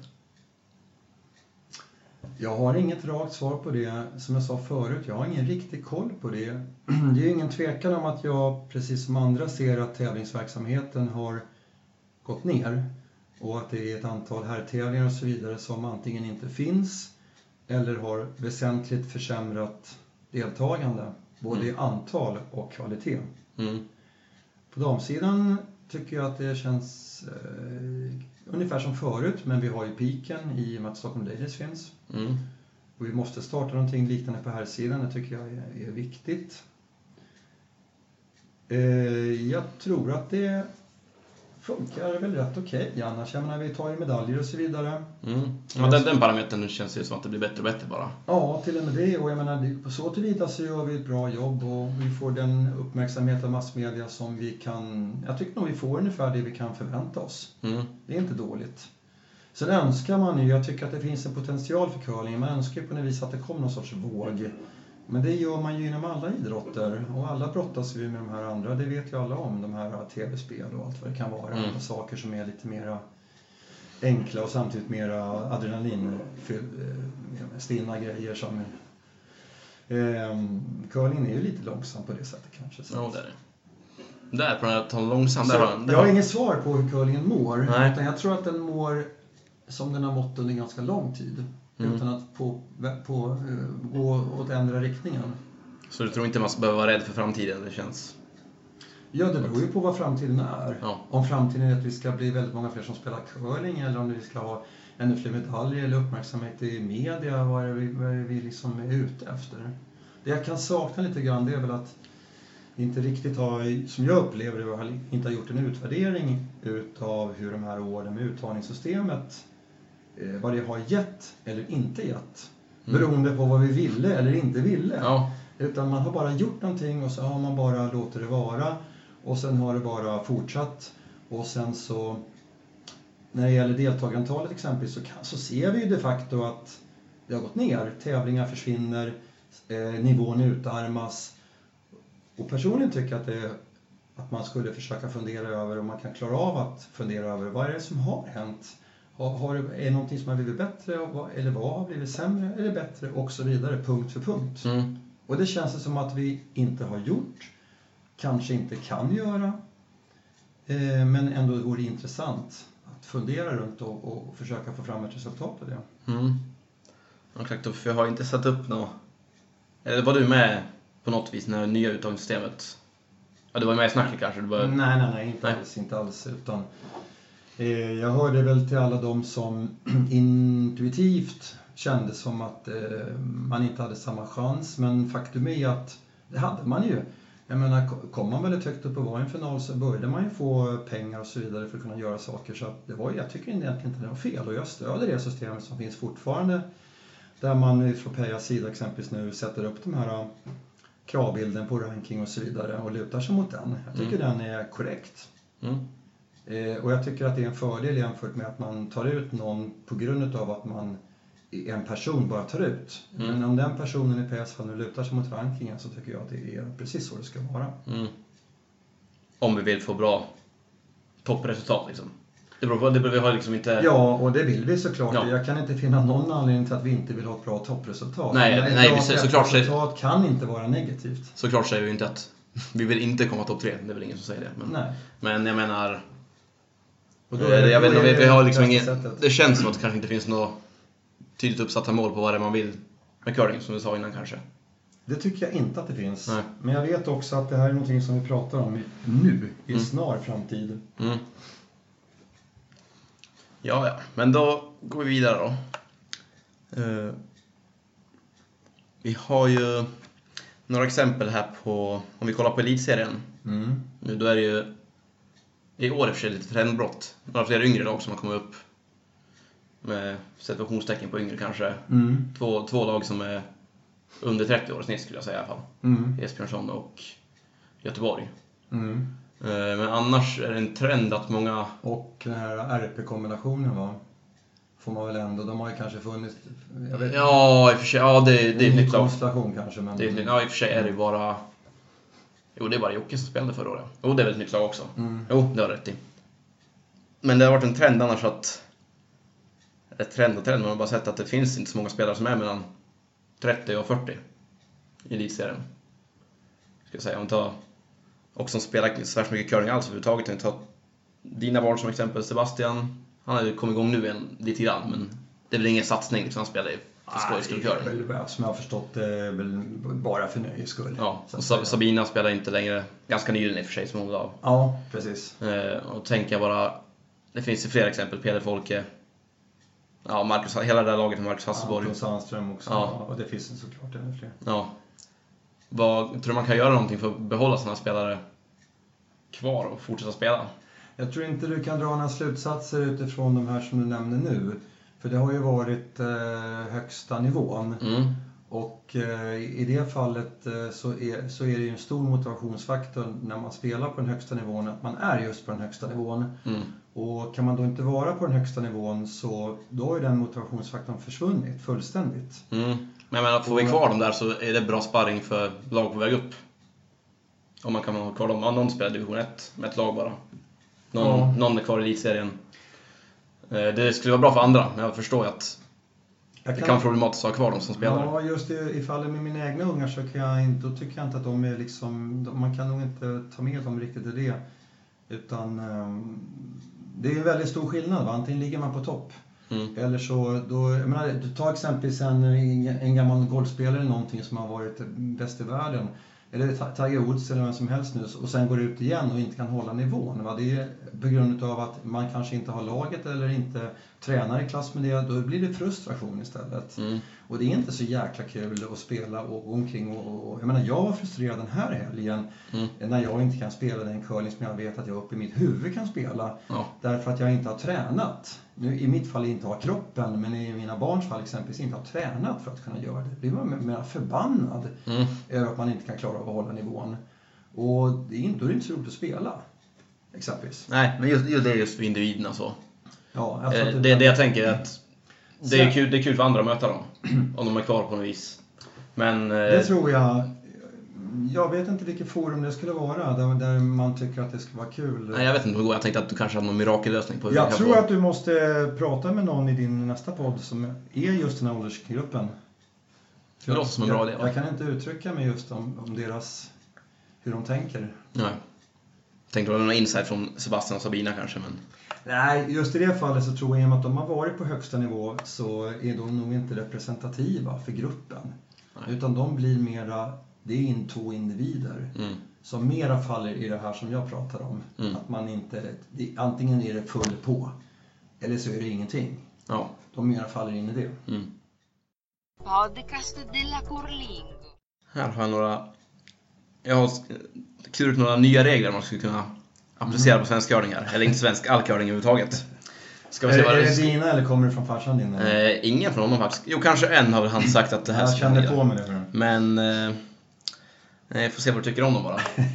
Jag har inget rakt svar på det. Som jag sa förut, jag har ingen riktig koll på det. Det är ingen tvekan om att jag, precis som andra, ser att tävlingsverksamheten har gått ner. Och att det är ett antal herrtävlingar och så vidare som antingen inte finns eller har väsentligt försämrat deltagande. Både i antal och kvalitet. Mm. På damsidan tycker jag att det känns eh, ungefär som förut, men vi har ju piken i och med att Stockholm Ladies finns. Mm. Och vi måste starta någonting liknande på här sidan, det tycker jag är, är viktigt. Eh, jag tror att det funkar väl rätt okej, okay. Annars jag menar, vi tar ju medaljer och så vidare. Mm. Ja, den, den parametern känns ju som att det blir bättre och bättre bara. Ja, till och med det. Och jag menar, på så tillvida så gör vi ett bra jobb och vi får den uppmärksamhet av massmedia som vi kan... Jag tycker nog vi får ungefär det vi kan förvänta oss. Mm. Det är inte dåligt. Sen önskar man ju, jag tycker att det finns en potential för curling. Man önskar ju på något vis att det kommer någon sorts våg. Men det gör man ju inom alla idrotter. Och alla brottas ju med de här andra. Det vet ju alla om, de här tv-spel och allt vad det kan vara. Mm. Andra saker som är lite mera enkla och samtidigt mera adrenalin stinna grejer som eh, curling är ju lite långsam på det sättet kanske. Så. Ja, det är det. Där på den här ta långsam Så, där, har- där jag har har- ingen svar på hur curlingen mår. Nej. Utan jag tror att den mår som den har mått under ganska lång tid. Mm. Utan att på, på, uh, gå åt ändra riktningen. Så du tror inte man ska behöva vara rädd för framtiden? Det känns... Ja, det beror ju på vad framtiden är. Ja. Om framtiden är att vi ska bli väldigt många fler som spelar curling, eller om vi ska ha ännu fler medaljer eller uppmärksamhet i media, vad är vi, vad är vi liksom är ute efter. Det jag kan sakna lite grann, det är väl att vi inte riktigt har, som jag upplever det, har inte har gjort en utvärdering utav hur de här åren med uttagningssystemet, eh, vad det har gett eller inte gett. Mm. Beroende på vad vi ville eller inte ville. Ja. Utan man har bara gjort någonting och så har man bara låtit det vara. Och sen har det bara fortsatt. Och sen så, när det gäller deltagarantalet exempelvis, så, kan, så ser vi ju de facto att det har gått ner. Tävlingar försvinner, eh, nivån utarmas. Och personligen tycker jag att, det, att man skulle försöka fundera över om man kan klara av att fundera över vad är det som har hänt. Har, har, är det någonting som har blivit bättre eller vad har blivit sämre eller bättre och så vidare, punkt för punkt. Mm. Och det känns det som att vi inte har gjort, kanske inte kan göra, eh, men ändå vore intressant att fundera runt och, och försöka få fram ett resultat av det. Mm. Ja, exakt, för jag har inte satt upp något... Eller var du med på något vis när det nya uttagningssystemet... Ja, du var med i snacket kanske? Du bara... Nej, nej, nej, inte Nej. alls, inte alls, utan eh, jag hörde väl till alla de som intuitivt kände som att eh, man inte hade samma chans, men faktum är att det hade man ju. Jag menar, kom man väldigt högt upp och var i en final så började man ju få pengar och så vidare för att kunna göra saker. Så att det var, jag tycker egentligen inte det var fel, och jag stöder det systemet som finns fortfarande. Där man från P E A:s sida exempelvis nu sätter upp de här kravbilden på ranking och så vidare och lutar sig mot den. Jag tycker mm. den är korrekt. Mm. Eh, och jag tycker att det är en fördel jämfört med att man tar ut någon på grund av att man en person bara tar ut. Mm. Men om den personen i P S nu lutar sig mot rankingen så tycker jag att det är precis så det ska vara. Mm. Om vi vill få bra toppresultat liksom. Det beror på, det beror, vi har liksom inte... Ja, och det vill vi såklart. Ja. Jag kan inte finna någon anledning till att vi inte vill ha ett bra toppresultat. Nej, Men nej, ett bra så, såklart resultat kan inte vara negativt. Såklart säger vi inte att vi vill inte komma topp tre. Det är väl ingen som säger det. Men, Nej. men jag menar... Och då är, är, jag vet inte, vi, vi har liksom ingen... sättet. Det känns som att det kanske inte finns något tydligt uppsatta mål på vad det är man vill med curling, som du sa innan kanske. Det tycker jag inte att det finns. Nej. Men jag vet också att det här är någonting som vi pratar om nu, i Mm. snar framtid. Mm. Ja, ja. Men då går vi vidare då. Uh, vi har ju några exempel här på, om vi kollar på elitserien. Mm. Nu då är det ju i år i och för sig lite trendbrott. Några fler yngre lag som har kommit upp. med situationstecken på yngre kanske. Mm. Två, två lag som är under trettio år snitt skulle jag säga i alla fall. Mm. Esbjörnsson och Göteborg. Mm. Men annars är det en trend att många... Och den här R P-kombinationen va? Får man väl ändå, de har ju kanske funnits... Jag vet, Ja, i och för sig, ja det, det är ett nytt lag. konstellation kanske, men... Det är, ja, i och för sig är det ju bara... Jo, det är bara Jocke som spelade förra året. Jo, det är väl ett nytt lag också. Mm. Jo, det har rätt i. Men det har varit en trend annars att... Ett trend och trend, man har bara sett att det finns inte så många spelare som är mellan trettio och fyrtio i elitserien. Ska jag säga, om vi tar... Och som spelar så här mycket curling alls överhuvudtaget. Om vi tar dina barn som exempel, Sebastian. Han har ju kommit igång nu en, lite grann, men det är väl ingen satsning liksom, han spelar ju för skojs skull curling. Som jag har förstått det är väl bara för nöjes skull. Ja, och Sa- Sabina spelar inte längre, ganska nyligen i och för sig som hon av. Ja, precis. Eh, och tänker jag bara, det finns ju fler exempel, Peder Folke. Ja, Marcus, hela det där laget med Marcus Hasselborg. Anton Sandström också, Ja. och det finns såklart ännu fler. Ja. Vad, tror man kan göra någonting för att behålla sådana spelare kvar och fortsätta spela? Jag tror inte du kan dra några slutsatser utifrån de här som du nämner nu. För det har ju varit eh, högsta nivån. Mm. Och eh, i det fallet eh, så, är, så är det ju en stor motivationsfaktor när man spelar på den högsta nivån, att man är just på den högsta nivån. Mm. Och kan man då inte vara på den högsta nivån så då har ju den motivationsfaktorn försvunnit fullständigt. Mm. Men jag menar, får vi kvar dem där så är det bra sparring för lag på väg upp. Om man kan ha kvar dem. Ja, någon spelar division ett med ett lag bara. Någon, Ja. någon är kvar i elitserien. Eh, Det skulle vara bra för andra, men jag förstår ju att Jag det kan vara problematiskt att ha kvar dem som spelare. Ja, just i, i fallet med mina egna ungar så kan jag inte, då tycker jag inte att de är liksom, de, man kan nog inte ta med dem riktigt i det. Utan um, det är en väldigt stor skillnad va? Antingen ligger man på topp. Mm. Eller så, då, jag menar, du tar exempelvis en, en gammal golfspelare någonting som har varit bäst i världen. Eller Tiger Woods eller vem som helst nu. Och sen går ut igen och inte kan hålla nivån. Va? Det är på grund av att man kanske inte har laget eller inte tränar i klass med det. Då blir det frustration istället. Mm. Och det är inte så jäkla kul att spela och gå omkring. Och, och, jag menar, jag var frustrerad den här helgen. Mm. När jag inte kan spela den curling som jag vet att jag uppe i mitt huvud kan spela. Ja. Därför att jag inte har tränat. Nu, i mitt fall inte har kroppen, men i mina barns fall exempelvis inte har tränat för att kunna göra det. Blir man mer förbannad Mm. över att man inte kan klara av att hålla nivån. Och det är inte, då är det inte så roligt att spela. Exempelvis. Nej, men just, just det är just för individerna så. Ja, jag tror Eh, att Det, det jag tänker är att det är, Sen- kul, det är kul för andra att möta dem. Om de är kvar på något vis. Men... eh, Det tror jag. Jag vet inte vilket forum det skulle vara där, där man tycker att det skulle vara kul. Nej, jag vet inte hur det går. Jag tänkte att du kanske har någon mirakellösning på hur vi Jag kan tror få- att du måste prata med någon i din nästa podd som är just den här åldersgruppen. Det låter som en bra jag, idé, va? Jag kan inte uttrycka mig just om, om deras, hur de tänker. Nej. Tänkte du ha någon insight från Sebastian och Sabina kanske, men... Nej, just i det fallet så tror jag att de har varit på högsta nivå så är de nog inte representativa för gruppen. Nej. Utan de blir mera, det är in två individer. Mm. Som mera faller i det här som jag pratar om. Mm. Att man inte, det, antingen är det full på eller så är det ingenting. Ja. De mera faller in i det. Mm. Podcast della Curlingo. Här har jag några... Jag har klurat några nya regler man skulle kunna applicera på svensk curling här. Eller inte svensk, all curling överhuvudtaget. Ska vi Är, se vad är det det dina eller kommer det från farsan din? eller? Eh, ingen från honom faktiskt. Jo, kanske en har väl han sagt att det här Jag ska kände vi på göra. mig det. Men... Eh, jag får se vad du tycker om dem bara.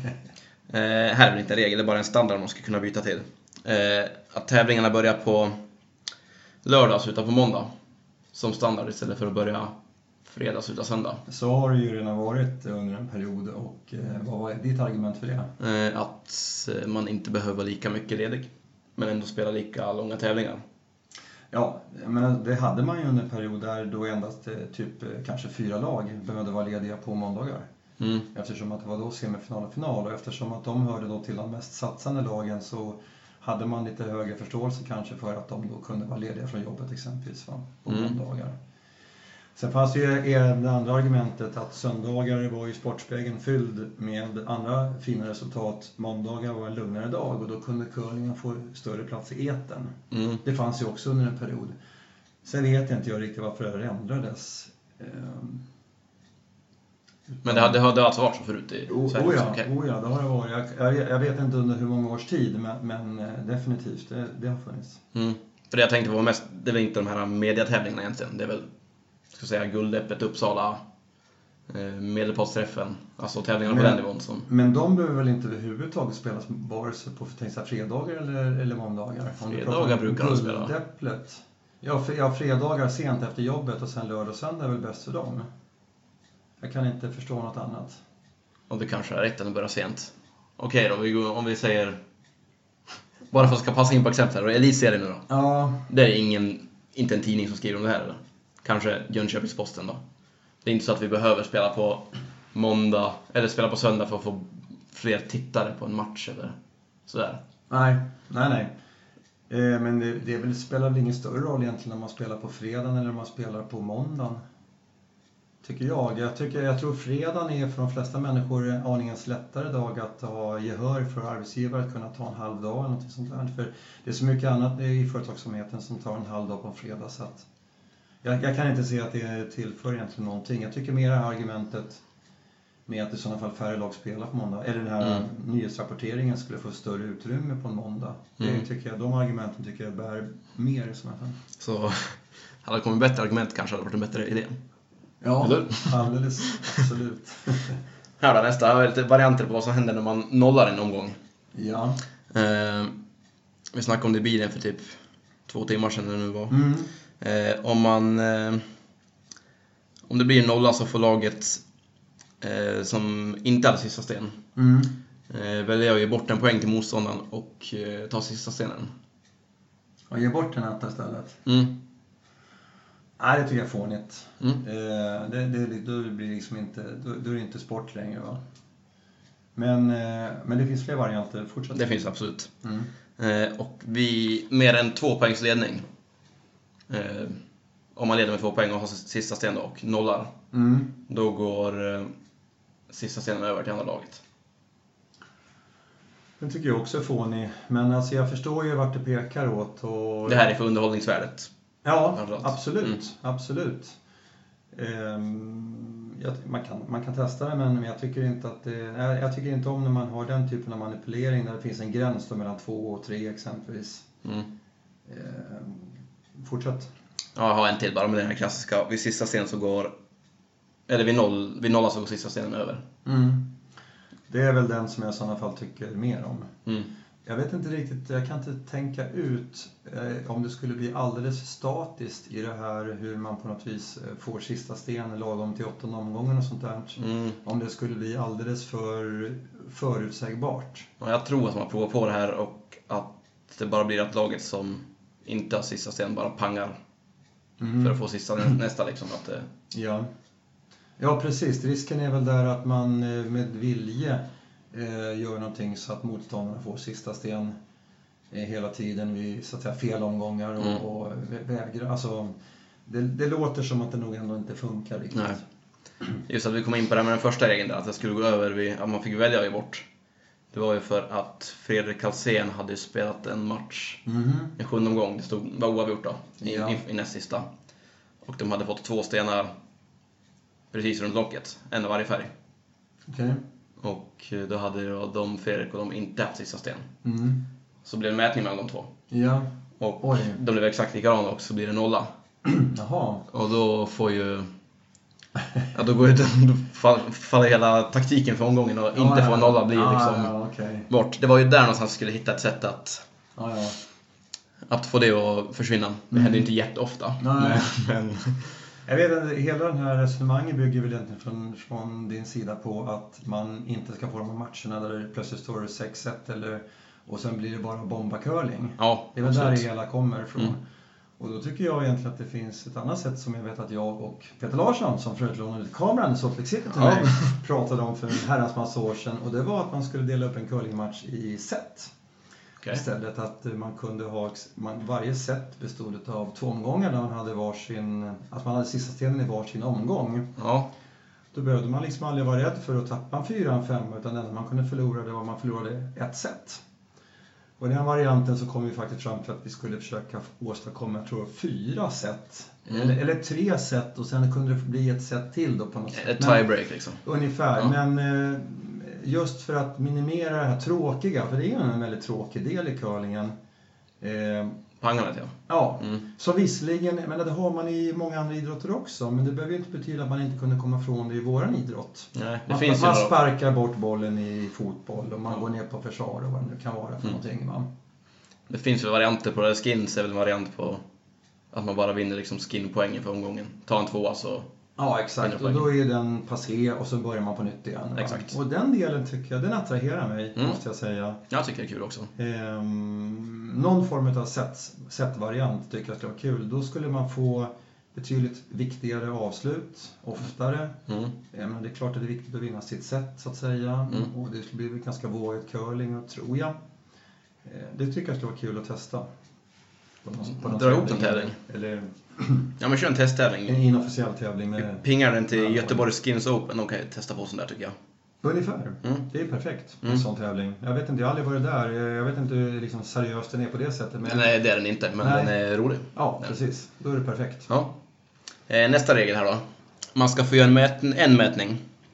eh, här är det inte en regel, det är bara en standard man ska kunna byta till. Eh, att tävlingarna börjar på lördag och slutar på måndag. Som standard istället för att börja fredag och sluta söndag. Så har det ju redan varit under en period och eh, vad var ditt argument för det? Eh, att eh, man inte behöver vara lika mycket ledig. Men ändå spela lika långa tävlingar. Ja, men det hade man ju under en period där då endast eh, typ eh, kanske fyra lag behövde vara lediga på måndagar. Mm. Eftersom att det var då semifinal och final och eftersom att de hörde då till de mest satsande lagen så hade man lite högre förståelse kanske för att de då kunde vara lediga från jobbet exempelvis va? På Mm. måndagar. Sen fanns ju det andra argumentet att söndagar var ju Sportspegeln fylld med andra fina resultat. Måndagar var en lugnare dag och då kunde curlingen få större plats i etern. Mm. Det fanns ju också under en period. Sen vet jag inte jag riktigt varför det ändrades. Ehm, Men det hade, det hade alltså varit så förut i Oh, Sverige? oh, ja, Okej. oh ja, det har det varit. Jag, jag, jag vet inte under hur många års tid, men, men eh, definitivt, det, det har funnits. Mm. För det jag tänkte var mest, det är väl inte de här mediatävlingarna egentligen. Det är väl, ska jag säga, Guldäppet, Uppsala, eh, Medelpadsträffen. Alltså tävlingarna på den nivån. Som... Men de behöver väl inte överhuvudtaget spelas vare sig på tänkta fredagar eller, eller måndagar? Fredagar brukar de spela. Guldäpplet. Ja, för, ja, fredagar sent efter jobbet och sen lördag och söndag är väl bäst för dem. Jag kan inte förstå något annat. Och det kanske är rätt att börja sent. Okej då, vi går, om vi säger... Bara för att ska passa in på exempel här. Elitserien nu då. Ja. Det är ingen, inte en tidning som skriver om det här eller? Kanske Jönköpingsposten då. Det är inte så att vi behöver spela på måndag eller spela på söndag för att få fler tittare på en match eller sådär. Nej, nej, nej. Eh, men det, det, väl, det spelar väl ingen större roll egentligen när man spelar på fredagen eller när man spelar på måndagen. Tycker jag. Jag, tycker, jag tror fredagen är för de flesta människor en aningens lättare dag att ha gehör för arbetsgivare att kunna ta en halv dag eller något sånt där. För det är så mycket annat i företagsamheten som tar en halv dag på en fredag. Så att jag, jag kan inte se att det tillför egentligen någonting. Jag tycker mer det här argumentet med att i sådana fall färre lag spelar på måndag. Eller den här mm. nyhetsrapporteringen skulle få större utrymme på en måndag. Mm. Det tycker jag, de argumenten tycker jag bär mer i sådana fall. Så hade det kommit bättre argument kanske hade det varit en bättre idé. Ja, alldeles, absolut. Här då, nästa har lite varianter på vad som händer när man nollar en omgång. Ja. Eh, vi snackade om det i bilen för typ två timmar sedan det nu var. Mm. Eh, om man eh, om det blir en nolla så får laget eh, som inte hade sista sten Mm. eh, väljer att ge bort en poäng till motståndaren och eh, ta sista stenen. Och ge bort en etta istället. Mm. Nej, det tycker jag är fånigt. Mm. Eh, det, det, då, blir det liksom inte, då, då är det inte sport längre, va? Men, eh, men det finns fler varianter. Fortsätt. Det finns absolut. Mm. Eh, och vi mer än två poängs ledning. Eh, om man leder med två poäng och har sista stenen och nollar. Mm. Då går eh, sista stenen över till andra laget. Den tycker jag också är fånig. Men alltså jag förstår ju vart det pekar åt. Och... Det här är för underhållningsvärdet. Ja, absolut. Mm. absolut. Ehm, jag, man, kan, man kan testa det, men jag tycker inte att det, jag, jag tycker inte om när man har den typen av manipulering där det finns en gräns då mellan två och tre exempelvis. Mm. Ehm, fortsätt. Ja, jag har en till bara med den här klassiska. Vid sista stenen så går... Eller vid noll, vid nolla så går sista stenen över. Mm. Det är väl den som jag i sådana fall tycker mer om. Mm. Jag vet inte riktigt, jag kan inte tänka ut eh, om det skulle bli alldeles statiskt i det här hur man på något vis får sista stenen lagom till åttonde omgången och sånt där. Mm. Om det skulle bli alldeles för förutsägbart. Och jag tror att man provar på det här och att det bara blir att laget som inte har sista stenen bara pangar Mm. för att få sista nästa liksom. Att det... Ja. ja, precis. Risken är väl där att man eh, med vilje eh, gör någonting så att motståndarna får sista sten eh, hela tiden vid så att säga, fel omgångar och, Mm. och vägrar. Alltså, det, det låter som att det nog ändå inte funkar riktigt. Nej. Just att vi kom in på det här med den första regeln där, att det skulle gå över vid, att man fick välja att ge bort. Det var ju för att Fredrik Kalsén hade spelat en match Mhm. i sjunde omgång. Det stod, var oavgjort då, i, Ja. i, i näst sista. Och de hade fått två stenar precis runt locket, en av varje färg. Okej. Och då hade då de, Fredrik och de, inte haft sista sten. Mm. Så Så blev det mätning mellan de två. Ja. Och Oj. de blev exakt likadana och så blir det nolla. Jaha. Och då får ju... Ja, då går ju då fall- faller hela taktiken för omgången och inte få en nolla blir ja, liksom ja, okej. bort. Det var ju där någonstans skulle hitta ett sätt att, Ja, ja. att få det att försvinna. Det Mm. händer ju inte jätteofta. Nej. Men, men Jag vet att hela den här resonemanget bygger väl egentligen från, från din sida på att man inte ska få de här matcherna där det plötsligt står sex ett eller och sen blir det bara bomba curling. ja, Det är väl där det absolut. hela kommer ifrån. Mm. Och då tycker jag egentligen att det finns ett annat sätt som jag vet att jag och Peter Larsson, som förut lånade ut kameran i Salt Lake City till Ja. mig, pratade om för en herrans massa år sedan. Och det var att man skulle dela upp en curlingmatch i set. Okej. Istället att man kunde ha, man, varje set bestod av två omgångar där man hade varsin, att man hade sista stenen i varsin omgång. Ja, Då behövde man liksom aldrig vara rädd för att tappa en fyra, en fem, utan det enda man kunde förlora det var att man förlorade ett set. Och i den varianten så kom vi faktiskt fram till att vi skulle försöka åstadkomma, jag tror, fyra set. Mm. Eller, eller tre set och sen kunde det bli ett set till då på något sätt. ett Men- tiebreak liksom. Ungefär, Ja. men eh, just för att minimera det här tråkiga, för det är ju en väldigt tråkig del i curlingen. Eh, Pangalet, ja. Ja, Mm. så visserligen, men det har man i många andra idrotter också. Men det behöver ju inte betyda att man inte kunde komma från det i våran idrott. Nej, det Man, finns man ju några... sparkar bort bollen i fotboll och man Ja. går ner på försvar och vad det nu kan vara för Mm. någonting. Va? Det finns ju varianter på det. Skins är väl en variant på att man bara vinner liksom skinpoängen för omgången. Ta en tvåa så... Ja, exakt. Och då är den passé och så börjar man på nytt igen. Va? Exakt. Och den delen tycker jag, den attraherar mig, Mm. måste jag säga. Jag tycker det är kul också. Ehm, någon form av set, set-variant tycker jag skulle vara kul. Då skulle man få betydligt viktigare avslut oftare. Mm. Men det är klart att det är viktigt att vinna sitt set, så att säga. Mm. Och det skulle bli ganska vågat curling, och tror jag. Ehm, det tycker jag skulle vara kul att testa. På någon, på någon Dra ihop en tävling. Eller Ja, men kör en testtävling. en inofficiell tävling med... Pingar den till Ja. Göteborg Skins Open. De kan ju testa på sån där tycker jag. Ungefär. Mm. Det är perfekt. En Mm. sån tävling. Jag vet inte, jag har aldrig varit där. Jag vet inte hur liksom seriöst den är på det sättet. Men... Nej, det är den inte, men Nej. den är rolig. Ja, precis. Då är det perfekt. Ja. Eh, nästa regel här då. Man ska få göra en, mät- en mätning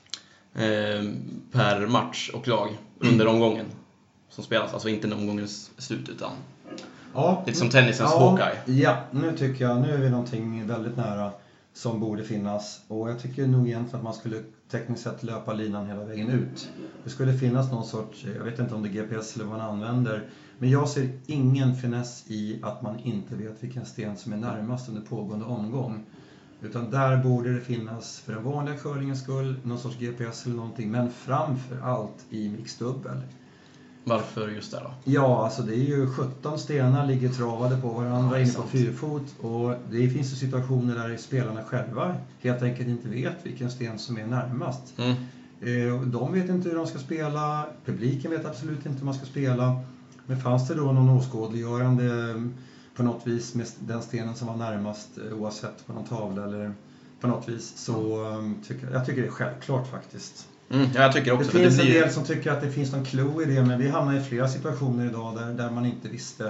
eh, per match och lag under omgången som spelas. Alltså inte när omgångens slut utan Ja. lite som tennisens ja, Hawkeye. Ja, nu tycker jag, nu är vi någonting väldigt nära som borde finnas. Och jag tycker nog egentligen att man skulle tekniskt sett löpa linan hela vägen ut. Det skulle finnas någon sorts, jag vet inte om det är G P S eller vad man använder. Men jag ser ingen finess i att man inte vet vilken sten som är närmast under pågående omgång. Utan där borde det finnas, för den vanliga curlingens skull, någon sorts G P S eller någonting. Men framför allt i mixdubbel. Varför just där då? Ja, alltså det är ju sjutton stenar ligger travade på varandra Ja, inne på sant. fyrfot. Och det finns ju situationer där spelarna själva helt enkelt inte vet vilken sten som är närmast. Mm. Eh, De vet inte hur de ska spela, publiken vet absolut inte hur man ska spela. Men fanns det då någon åskådliggörande på något vis med den stenen som var närmast, oavsett på någon tavla eller på något vis, så um, tycker jag, jag tycker det är självklart faktiskt. Mm, ja, jag tycker också. Det för finns det en blir... del som tycker att det finns någon clue i det, men vi hamnar i flera situationer idag där, där man inte visste.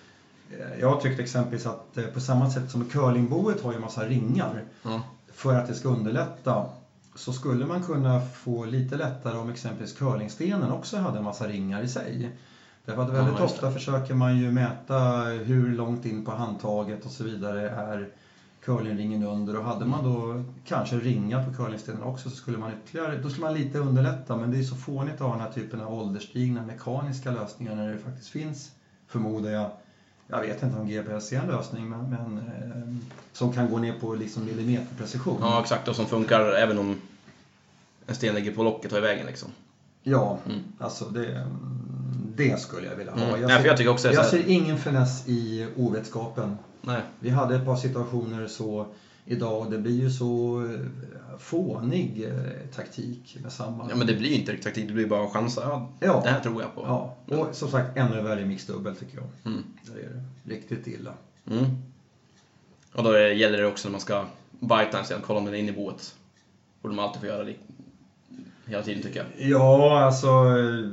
Eh, Jag tyckte exempelvis att eh, på samma sätt som curlingboet har ju en massa ringar Ja. för att det ska underlätta, så skulle man kunna få lite lättare om exempelvis curlingstenen också hade en massa ringar i sig. Därför att väldigt Ja, just det. ofta försöker man ju mäta hur långt in på handtaget och så vidare är curlingringen under, och hade man då kanske ringar på curlingstenen också så skulle man ytterligare, då skulle man lite underlätta, men det är så fånigt att ha den här typen av ålderstigna mekaniska lösningar när det faktiskt finns, förmodar jag, jag vet inte om G P S är en lösning, men, men eh, som kan gå ner på liksom millimeterprecision. ja, exakt. Och som funkar även om en sten ligger på locket och i vägen liksom. Ja, Mm. alltså det, det skulle jag vilja ha. Mm. Jag, Nej, ser, för jag tycker också det är jag så här- ser ingen finess i ovetskapen. Nej. Vi hade ett par situationer så idag, och det blir ju så eh, fånig eh, taktik med samma. Ja, men det blir ju inte riktigt taktik. Det blir bara en chans. Ja, Ja. det här tror jag på. Ja, och som sagt ännu värre i mixdubbel tycker jag. Mm. Där är det riktigt illa. Mm. Och då är- gäller det också när man ska bita en sten, kolla om den är inne i boet. Borde man alltid få göra det hela tiden tycker jag. Ja, alltså... eh,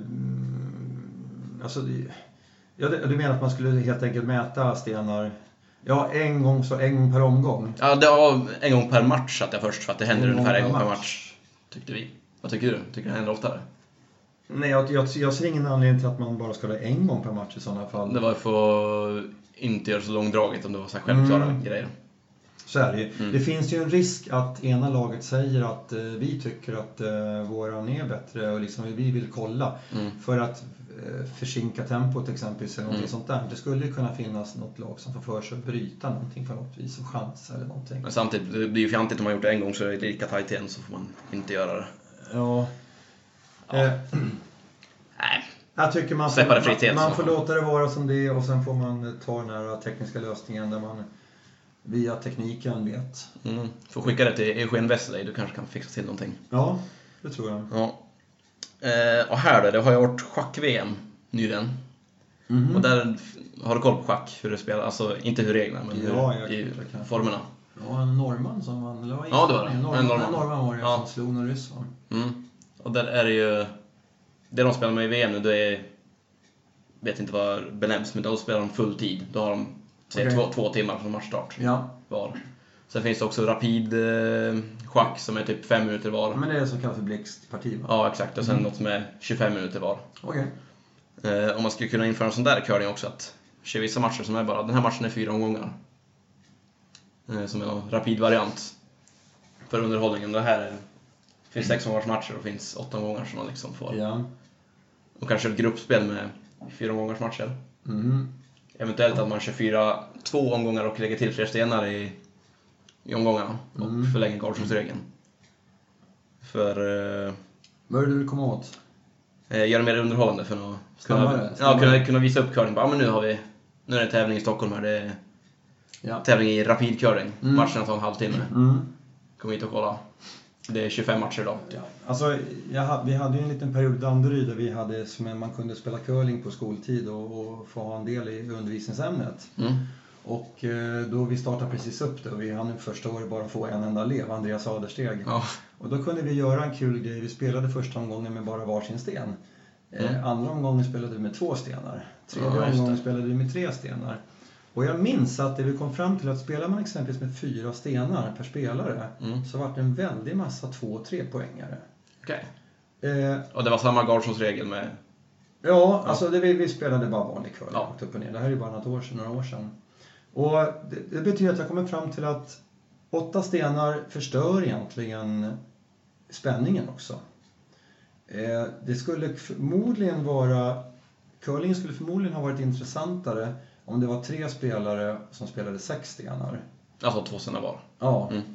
alltså det, ja, det- du menar att man skulle helt enkelt mäta stenar? Ja, en gång så en gång per omgång. Ja, det var en gång per match att jag först, för att det händer En gång ungefär en per gång per match. match. Tyckte vi. Vad tycker du? Tycker det händer oftare? Nej, jag, jag, jag ser ingen anledning till att man bara ska ha en gång per match i sådana fall. Det var för att inte göra så långdraget om det var så här självklara Mm. grejer. Så är det ju. Mm. Det finns ju en risk att ena laget säger att eh, vi tycker att eh, våran är bättre och liksom vi vill kolla. Mm. För att eh, försinka tempot exempelvis eller någonting Mm. sånt där. Det skulle ju kunna finnas något lag som får för sig att bryta någonting på något vis och chans eller någonting. Men samtidigt, det blir ju fjantigt om man gjort det en gång så är det lika tajt igen så får man inte göra det. Ja. Ja. Eh, Nej. jag tycker man får, Släppa det fritt helt, man, man så. får låta det vara som det är och sen får man ta den här tekniska lösningen där man via tekniken vet. Mm. Får skicka det till Eugen Wesley, du kanske kan fixa till någonting. Ja, det tror jag. Ja. Eh, och här då, det har ju varit schack-V M nyligen. Mhm. Och där har du koll på schack, hur det spelar, alltså inte hur reglerna men hur, Ja, jag- i jag kan. formerna. Ja, en norrman som vann. Eller vad Ja, det var det. En En norrman, norrman. en norrman var det Ja. som slog någon ryss. Va? Mm. Och där är det ju, det de spelar med i V M nu, det är, vet inte vad det benämns, men då spelar de full tid. Då har de säg, Okej. två, två timmar från matchstart Ja, var. Sen finns det också rapid eh, schack som är typ fem minuter var. men det är det som kallas för blixtparti. Va? Ja, exakt. Och sen Mm. något som är tjugofem minuter var. Okej. Eh, om man skulle kunna införa en sån där curling också, att kör vissa matcher som är bara, den här matchen är fyra omgångar. Eh, som är en rapid variant för underhållningen. Det här är, finns sex omgångars matcher och finns åtta omgångar som man liksom får. Ja. Och kanske ett gruppspel med fyra omgångars matcher. Mm. Eventuellt att man kör fyra, två omgångar och lägger till fler stenar i, i omgångarna. Och Mm. förlänger Karlssonsregeln. För eh, Vad är det du vill komma åt? eh, göra det mer underhållande för att Snabbare, kunna, ja, snabbare. kunna, kunna visa upp curling. Ja, men nu har vi, nu är det en tävling i Stockholm här. Det är Ja. tävling i rapid curling. Mm. Matcherna tar en halvtimme. Mm. Kom hit och kolla. Det är tjugofem matcher idag. Ja. Alltså, jag, ha- vi hade ju en liten period i Danderyd där vi hade, som en- man kunde spela curling på skoltid och, och få ha en del i undervisningsämnet. Mm. Och eh, då vi startade precis upp det och vi hann första året bara få en enda elev, Andreas Adersteg. Ja. Och då kunde vi göra en kul grej. Vi spelade första omgången med bara varsin sten. Eh, Mm. Andra omgången spelade vi med två stenar. Tredje Ja, just det. omgången spelade vi med tre stenar. Och jag minns att det vi kom fram till att spelar man exempelvis med fyra stenar per spelare Mm. så var det en väldig massa två- och tre poängare. Okej. Eh, Och det var samma Karlssonsregel med... ja, alltså det, vi, vi spelade bara vanlig curling, Ja. rakt upp och ner. Det här är ju bara något år sedan, några år sedan. Och det, det betyder att jag kommer fram till att åtta stenar förstör egentligen spänningen också. Eh, det skulle förmodligen vara... Curlingen skulle förmodligen ha varit intressantare om det var tre spelare som spelade sex stenar. Alltså två stenar var. Ja. Mm.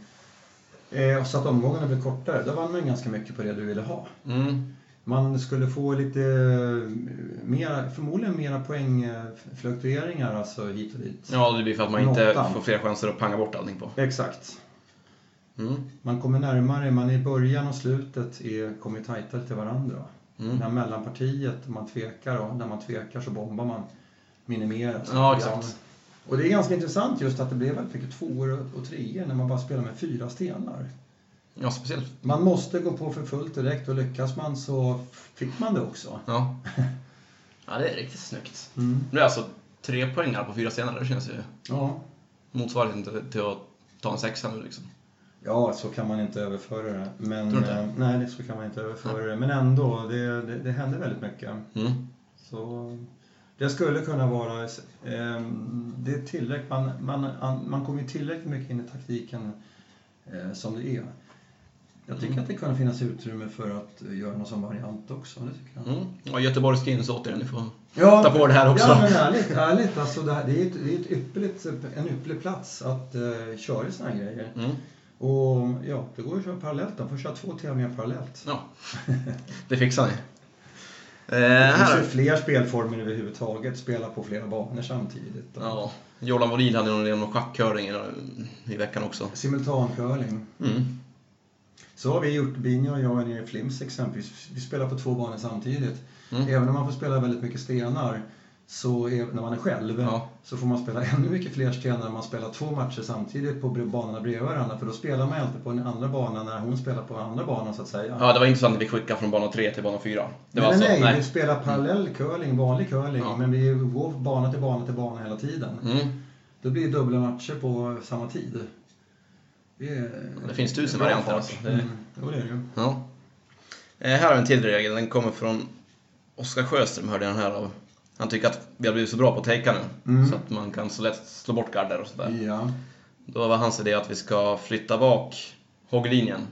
Eh, så att omgångarna blev kortare. Då vann man ganska mycket på det du ville ha. Mm. Man skulle få lite eh, mera, förmodligen mera poängfluktueringar, alltså hit och dit. Ja, det blir för att man inte Notan. får fler chanser att panga bort allting på. Exakt. Mm. Man kommer närmare, man i början och slutet är, kommer tajtare till varandra. Mm. Det här mellanpartiet, man tvekar och när man tvekar så bombar man, minimerar. Ja, exakt. Och det är ganska intressant just att det blev väldigt mycket tvåor och, och treor när man bara spelar med fyra stenar. Ja, speciellt. Man måste gå på för fullt direkt och lyckas man så fick man det också. Ja. Ja, det är riktigt snyggt. Mm. Det är alltså tre poängar på fyra stenar. Det känns ju Ja. motsvarigt till, till att ta en sexa nu liksom. Ja, så kan man inte överföra det. Men, Tror du inte? eh, nej, det så kan man inte överföra det. Men ändå, det, det, det händer väldigt mycket. Mm. Så det skulle kunna vara... Eh, det är tillräckligt, man, man, man kommer ju tillräckligt mycket in i taktiken eh, som det är. Jag tycker Mm. att det kan finnas utrymme för att göra någon sån variant också. Det tycker jag. Mm. Ja, Göteborgs Skins återigen. Ni får Ja, ta på det här också. Ja, men ärligt, ärligt alltså det, här, det är ett, det är ett ypperligt, en ypperlig plats att uh, köra i såna här grejer. Mm. Och ja, det går ju att köra parallellt. De får köra två tävlingar parallellt. Ja, det fixar ni. Eh, Det finns ju här. fler spelformer överhuvudtaget. Spela på flera banor samtidigt. Och Ja, Jordan Wåhlin hade någon idé om schackcurling i, i veckan också. simultancurling. Mm. Så har vi gjort, Binja och jag nere i Flims exempelvis. Vi spelar på två banor samtidigt. Mm. Även om man får spela väldigt mycket stenar så är, när man är själv Ja. så får man spela ännu mycket fler stenar när man spelar två matcher samtidigt på banorna bredvid varandra. För då spelar man alltid på den andra banan när hon spelar på andra banan så att säga. Ja, det var intressant att vi skickade från bana tre till bana fyra. Det nej, var alltså, nej, nej. vi spelar parallell curling, vanlig curling. Ja. Men vi går bana till bana till bana hela tiden. Mm. Då blir det dubbla matcher på samma tid. Det, är, Det finns tusen bra varianter, fart. alltså. Det- Mm, jo, det är det ju. Ja. Eh, här har vi en till regel. Den kommer från Oskar Sjöström, hörde jag den här av. Han tycker att vi har blivit så bra på att tejka nu. Mm. Så att man kan så lätt slå bort garder och sådär. Ja. Då var hans idé att vi ska flytta bak hogglinjen.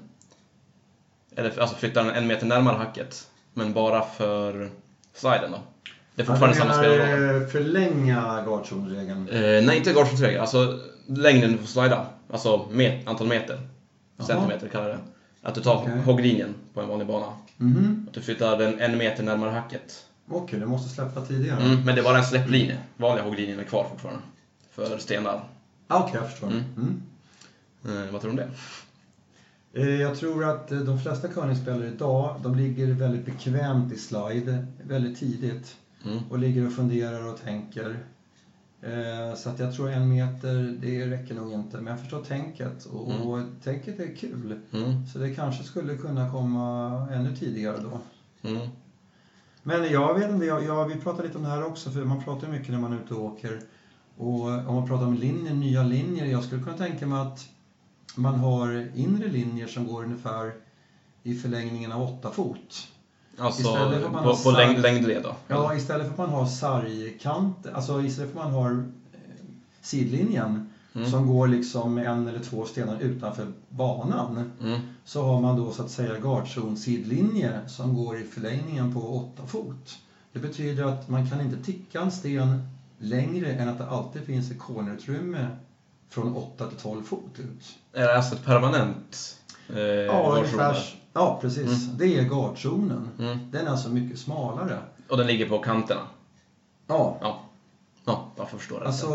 Eller alltså flytta den en meter närmare hacket. Men bara för sliden då. Det är fortfarande samma spelområde. eh, förlänga guardzone-regeln. Eh, nej, inte guardsonsregel. Alltså längden du får slida. Alltså met, antal meter. Jaha. Centimeter kallar det. Att du tar Okej. hogglinjen på en vanlig bana. Mhm. Att du flyttar den en meter närmare hacket. Okej, du måste släppa tidigare. Mm, men det är bara en släpplinje. Vanliga hogglinjen är kvar fortfarande. För stenar. Ah, Okej, jag förstår. Mm. Mm. Eh, vad tror du om det? Eh, Jag tror att eh, de flesta curlingspelare idag, de ligger väldigt bekvämt i slide väldigt tidigt. Mm. Och ligger och funderar och tänker. Eh, Så att jag tror en meter, det räcker nog inte. Men jag förstår tänket. Och, Mm. och tänket är kul. Mm. Så det kanske skulle kunna komma ännu tidigare då. Mm. Men jag vet inte, jag, jag, vi pratar lite om det här också. För man pratar ju mycket när man är ute och åker. Och om man pratar om linjer, nya linjer. Jag skulle kunna tänka mig att man har inre linjer som går ungefär i förlängningen av åtta fot. Alltså Istället för att man på, har på sarg- längd, längdled då? Ja, istället för att man har sargkant, alltså istället för att man har eh, sidlinjen Mm. som går liksom en eller två stenar utanför banan, Mm. så har man då så att säga guardzon-sidlinje som går i förlängningen på åtta fot. Det betyder att man kan inte ticka en sten längre än att det alltid finns ett cornerutrymme från åtta till tolv fot ut. Är det alltså ett permanent eh, Ja, guardzon ungefär. där? Ja, precis. Mm. Det är guardzonen. Mm. Den är alltså mycket smalare. Och den ligger på kanterna? Ja, Ja. Ja, jag förstår det. alltså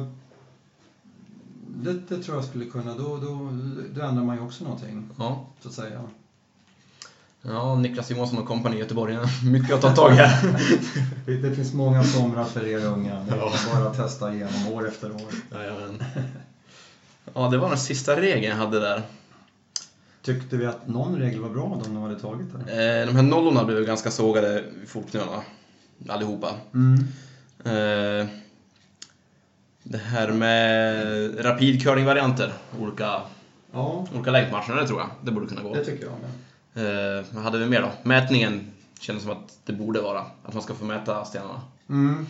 det, det tror jag skulle kunna, då, då, då ändrar man ju också någonting, Ja. så att säga. Ja, Niklas Johansson och kompani i Göteborg. Mycket att ta tag i här. Det, det finns många somrar för er unga. Det är bara att testa igenom år efter år. Jajamän. Ja, det var den sista regeln jag hade där. Tyckte vi att någon regel var bra då, om de hade tagit det? Eh, de här nollorna blev ganska sågade i fotknölarna. Allihopa. Mm. Eh, det här med rapid curling-varianter. Olika, Ja, olika längdmatcher, det tror jag. Det borde kunna gå. det tycker jag med. Eh, vad hade vi mer då? Mätningen kändes som att det borde vara. Att man ska få mäta stenarna. Mm.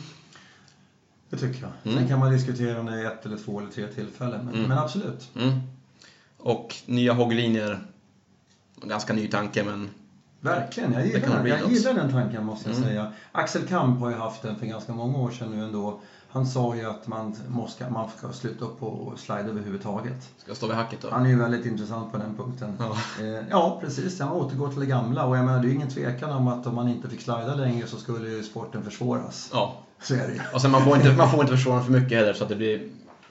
Det tycker jag. Mm. Sen kan man diskutera om det är ett eller två eller tre tillfällen. Men, Mm. men absolut. Mm. Och nya hogglinjer. Ganska ny tanke, men Verkligen, jag Det kan gillar, bli jag något. gillar den tanken, måste jag Mm. säga. Axel Kamp har ju haft den för ganska många år sedan nu ändå. Han sa ju att man, måste, man ska sluta upp och slide överhuvudtaget. ska stå vid hacket då. Han är ju väldigt intressant på den punkten. Ja. Eh, ja, precis. Han återgår till det gamla. Och jag menar, det är ju ingen tvekan om att om man inte fick slida längre så skulle ju sporten försvåras. Ja. Så är det ju. Och sen man får inte, man får inte försvåra för mycket heller så att det blir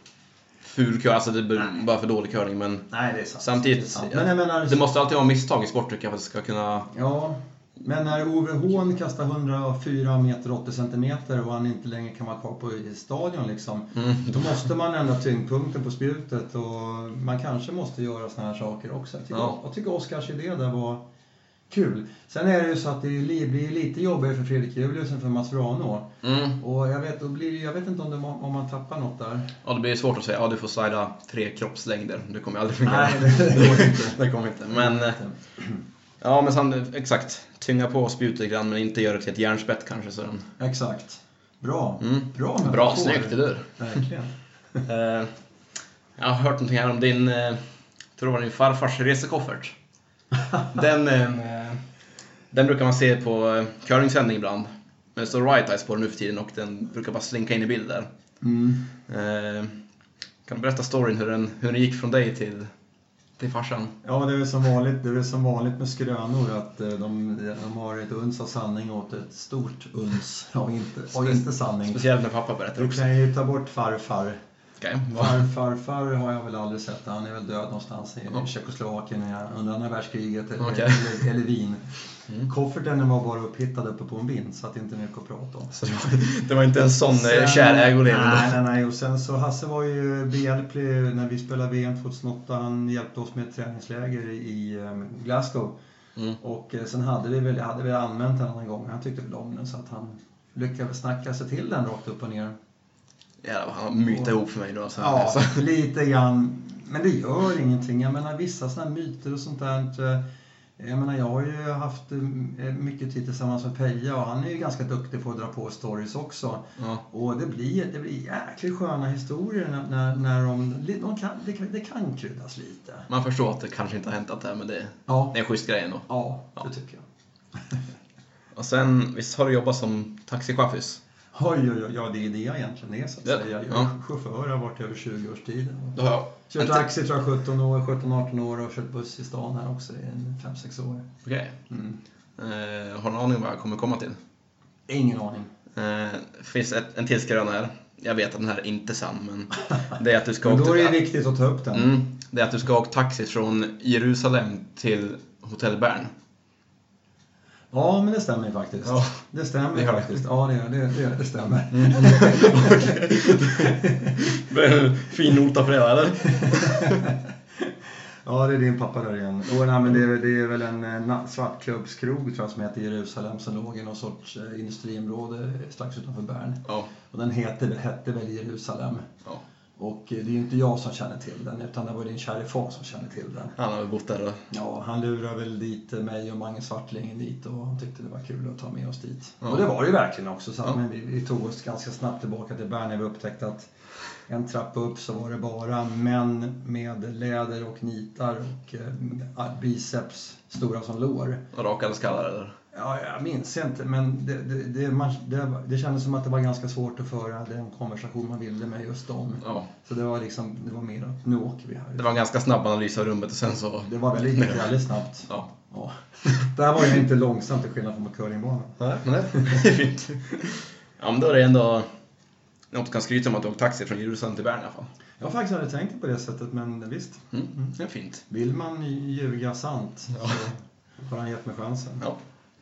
ful curling, alltså det blir bara för dålig curling, men Nej, det är sant. samtidigt, Det är sant. Men jag menar, det måste alltid vara misstag i sport tycker jag för att det ska kunna... ja, men när Ove Hån kastar hundrafyra meter åttio centimeter och han inte längre kan vara kvar på i stadion liksom, Mm. då måste man ändra tyngdpunkten på spjutet och man kanske måste göra såna här saker också. Jag tycker, Ja. jag tycker Oskars idé där var kul. Sen är det ju så att det blir lite jobbigare för Fredrik Julius än för Mats Vranå. Mm. Och jag vet, då blir, jag vet inte om, det, om man tappar något där. Ja, det blir svårt att säga, ja du får slida tre kroppslängder, det kommer aldrig fungera. Nej, det, det går inte. det kommer inte, men... eh, Ja, men sen, exakt. Tynga på spjutet lite grann, men inte göra det till ett järnspett kanske. Så den... Exakt. Bra. Mm. Bra, med Bra, metafor. snyggt, det där. Verkligen. Eh, jag har hört någonting här om din, eh, tror det var din farfars resekoffert. Den, eh, den brukar man se på eh, curlingsändning ibland. Men det står right eyes på den nu för tiden och den brukar bara slinka in i bild där. Mm. Eh, kan du berätta storyn hur den, hur den gick från dig till, till farsan? Ja, det är väl som vanligt, det är väl som vanligt med skrönor att eh, de, de har ett uns av sanning åt ett stort uns av inte, av inte sanning. Speciellt när pappa berättar Du också. kan ju ta bort farfar. Okay. Far, farfar har jag väl aldrig sett. Han är väl död någonstans i Ja. Tjeckoslovakien under andra världskriget eller, Okej. eller, eller Wien. Mm. Kofferten var bara upphittad uppe på en vind så att det inte är mycket att prata om. Så det, var, det var inte en sån Sen- eh, kär ägolen. Nej, nej, nej. Och sen så Hasse var ju behjälplig när vi spelade V M tjugohundraåtta. Han hjälpte oss med ett träningsläger i eh, Glasgow. Mm. Och eh, sen hade vi väl, hade vi använt den en annan gång. Han tyckte väl om den så att han lyckades snacka sig till den rakt upp och ner. Ja, han har mytat ihop för mig då. Så, Ja, så. lite grann. Men det gör ingenting. Jag menar vissa sådana här myter och sånt där. eh, Jag menar jag har ju haft eh, mycket tid tillsammans med Peja och han är ju ganska duktig på att dra på stories också. Ja. Och det blir, det blir jäkligt sköna historier när, när, när de, de kan, det, kan, det kan kryddas lite. Man förstår att det kanske inte har hänt allt det här, men det, Ja, det är en schysst grej ändå. ja, Ja. det tycker jag. Och sen, visst har du jobbat som taxichaffis? Oj, oj, oj, ja det är det jag egentligen är så att Ja, säga. Jag är ja. chaufför, jag har varit över tjugo års tid. Då har jag. Kört Inte- taxi tror jag sjutton år, sjutton arton år och kört buss i stan här också i fem sex år. Okej. Mm. Eh, har du någon aning om vad jag kommer komma till? Ingen aning. Eh, finns ett, en till skröna här. Jag vet att den här är inte sann, men det är att du ska Men då är det åka, viktigt att ta upp den. mm, det är att du ska åka taxi från Jerusalem till Hotell Bern. Ja, men det stämmer ju faktiskt. Ja. Det stämmer Det gör det. faktiskt. Ja, det, det, det, det stämmer. Fin nota för det, eller? Ja, det är din pappa där igen. Och, nej, men det, är, det är väl en eh, svartklubbskrog tror jag som heter Jerusalem som låg i någon sorts eh, industriområde strax utanför Bern. Ja. Och den heter, hette väl Jerusalem. Ja. Och det är ju inte jag som känner till den, utan det var din kära far som känner till den. Han har väl bott där då. Ja, han lurade väl dit mig och Mange Svartlingen dit och han tyckte det var kul att ta med oss dit. Ja. Och det var det ju verkligen också. Så att, Ja. men vi, vi tog oss ganska snabbt tillbaka till Bern när vi upptäckte att en trappa upp så var det bara män med läder och nitar och eh, biceps stora som lår. Och rakade skallar eller? Ja, jag minns inte, men det, det, det, man, det, det kändes som att det var ganska svårt att föra den konversation man ville med just dem. Ja. Så det var liksom, det var mer att nu åker vi här. Det var en ganska snabb analys av rummet och sen så... Det var väldigt, väldigt snabbt. Ja. Ja. Det här var ju inte långsamt till skillnad från curlingbanan. Nej, men det är fint. Ja, men då är det ändå något du kan skryta om att du åkt taxi från Jerusalem till Bern i alla fall. Jag har faktiskt aldrig tänkt på det sättet, men visst. Mm. Det är fint. Vill man ljuga sant Ja. så har han gett mig chansen. Ja.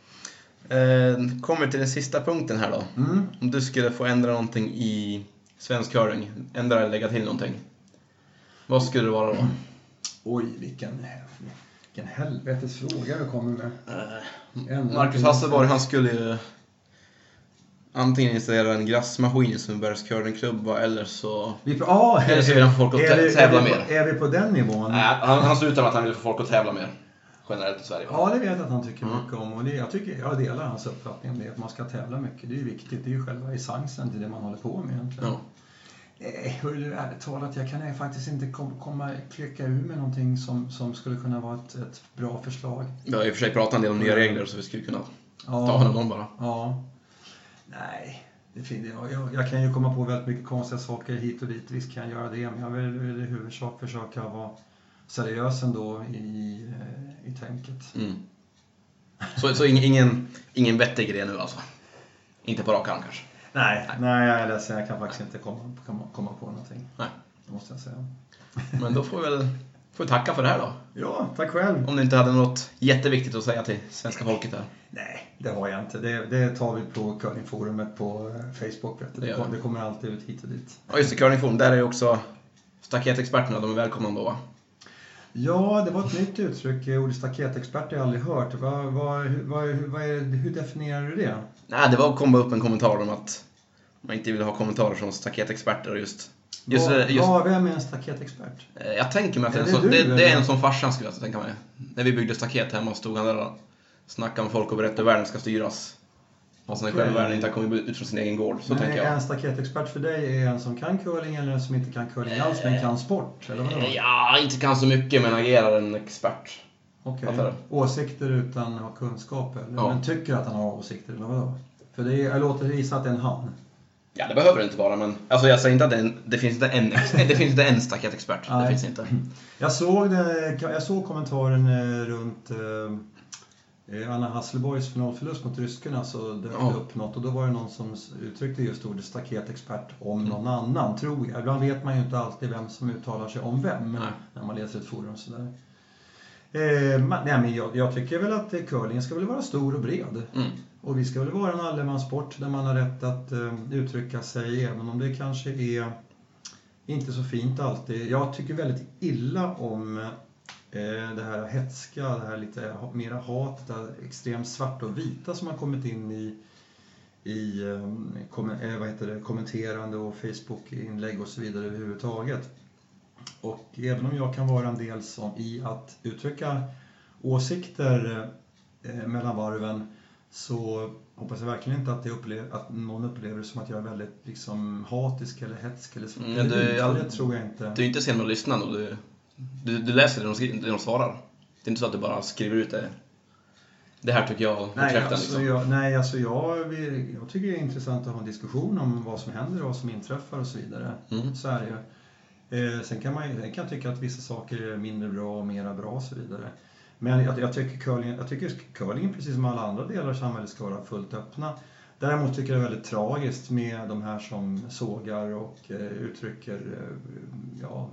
Eh, kommer till den sista punkten här då. Mm. Om du skulle få ändra någonting i svensk curling, ändra eller lägga till någonting. Vad skulle det vara då? Oj, vilken, vilken helvetes fråga du kommer med. Eh, Marcus Hasselborg, han skulle ju antingen installera en glassmaskin i Sundbergs curlingklubba eller så... Vi, ah, Eller så vill han få folk att är vi- tävla är vi, mer. på- Är vi på den nivån? Nej, han, han slutar med att han vill få folk att tävla mer. Generellt i Sverige. Ja, det vet jag att han tycker Mm. mycket om. Och det, jag, tycker, jag delar hans uppfattning om det. Att man ska tävla mycket. Det är ju viktigt. Det är ju själva essensen till det man håller på med egentligen. Ja. Nej, hörru, ärligt talat, jag kan faktiskt inte kom, komma klicka ur med någonting som, som skulle kunna vara ett, ett bra förslag. Vi har i och för sig pratat en del om nya regler så vi skulle kunna Ja. ta hand om dem bara. Ja. Nej, det finner jag. jag. Jag kan ju komma på väldigt mycket konstiga saker hit och dit. Visst kan jag göra det. Men jag vill, vill i huvudsak försöka vara seriös ändå i, i tänket. Mm. Så, så ingen, ingen, ingen vettig grej nu alltså? Inte på rak arm kanske? Nej, nej, jag är ledsen. Jag kan faktiskt inte komma, komma, komma på någonting. Nej. Det måste jag säga. Men då får vi väl får vi tacka för det här då. Ja, tack själv. Om du inte hade något jätteviktigt att säga till svenska folket här. Nej, det har jag inte. Det, det tar vi på curlingforumet på Facebook. Vet du. Det Det, gör kom, vi. det kommer alltid ut hit och dit. Ja just det, curlingforum. Där är ju också staketexperterna, de är välkomna då va? Ja, det var ett nytt uttryck. Ordet staketexpert har jag aldrig hört. Vad, vad, hur, vad, hur, vad är, hur definierar du det? Nej, det var att komma upp en kommentar om att man inte vill ha kommentarer från staketexperter och just... just, vad, just vad, vem är en staketexpert? eh, jag tänker mig att Är det, är det en sån, du, det, det är eller? en som farsan skulle jag tänka mig. När vi byggde staket hemma stod han där och snackade med folk och berättade hur världen ska styras. Fast när Okej. själva världen inte har kommit ut från sin egen gård. Så Men tänker är jag. en staketexpert för dig är en som kan curling eller en som inte kan curling alls men kan sport? Eller vadå? Eh, Ja, inte kan så mycket men agerar en expert. Okej. Varför? Åsikter utan att ha kunskap eller? Ja. Men tycker att han har åsikter eller vadå? För det är, jag låter gissa att det är en han. Ja, det behöver det inte vara, men alltså jag säger inte att det, är en, det finns inte en, det finns inte en staketexpert. Det Nej. finns inte. Jag såg, det, jag såg kommentaren eh, runt eh, Anna Hasselborgs finalförlust mot ryskarna så dök Ja. det upp något och då var det någon som uttryckte just ordet staketexpert om någon annan, tror jag. Ibland vet man ju inte alltid vem som uttalar sig om vem Nej. när man läser ett forum sådär. Eh, men, nej, men jag, jag tycker väl att eh, curlingen ska väl vara stor och bred. Mm. Och vi ska väl vara en allemanssport där man har rätt att eh, uttrycka sig även om det kanske är inte så fint alltid. Jag tycker väldigt illa om eh, det här hetska, det här lite ha- mera hat, det här extremt svart och vita som har kommit in i, i eh, kom, eh, vad heter det, kommenterande och Facebook-inlägg och så vidare överhuvudtaget. Och även om jag kan vara en del som i att uttrycka åsikter eh, mellan varven så hoppas jag verkligen inte att, det upplever, att någon upplever det som att jag är väldigt liksom, hatisk eller hetsk eller så. Mm, det, du- det, jag- det tror jag inte. Du är inte sen med att lyssna och du, du, du läser det de, skriver, det de svarar. Det är inte så att du bara skriver ut det. Det här tycker jag Nej, bekräftar alltså, liksom. jag, nej, alltså jag, vill, jag tycker det är intressant att ha en diskussion om vad som händer och vad som inträffar och så vidare. Mm. Så är det ju. Eh, sen kan man ju sen kan jag tycka att vissa saker är mindre bra och mera bra och så vidare. Men jag, jag tycker curling, jag tycker curlingen precis som alla andra delar av samhället ska vara fullt öppna. Däremot tycker jag det är väldigt tragiskt med de här som sågar och eh, uttrycker eh, ja,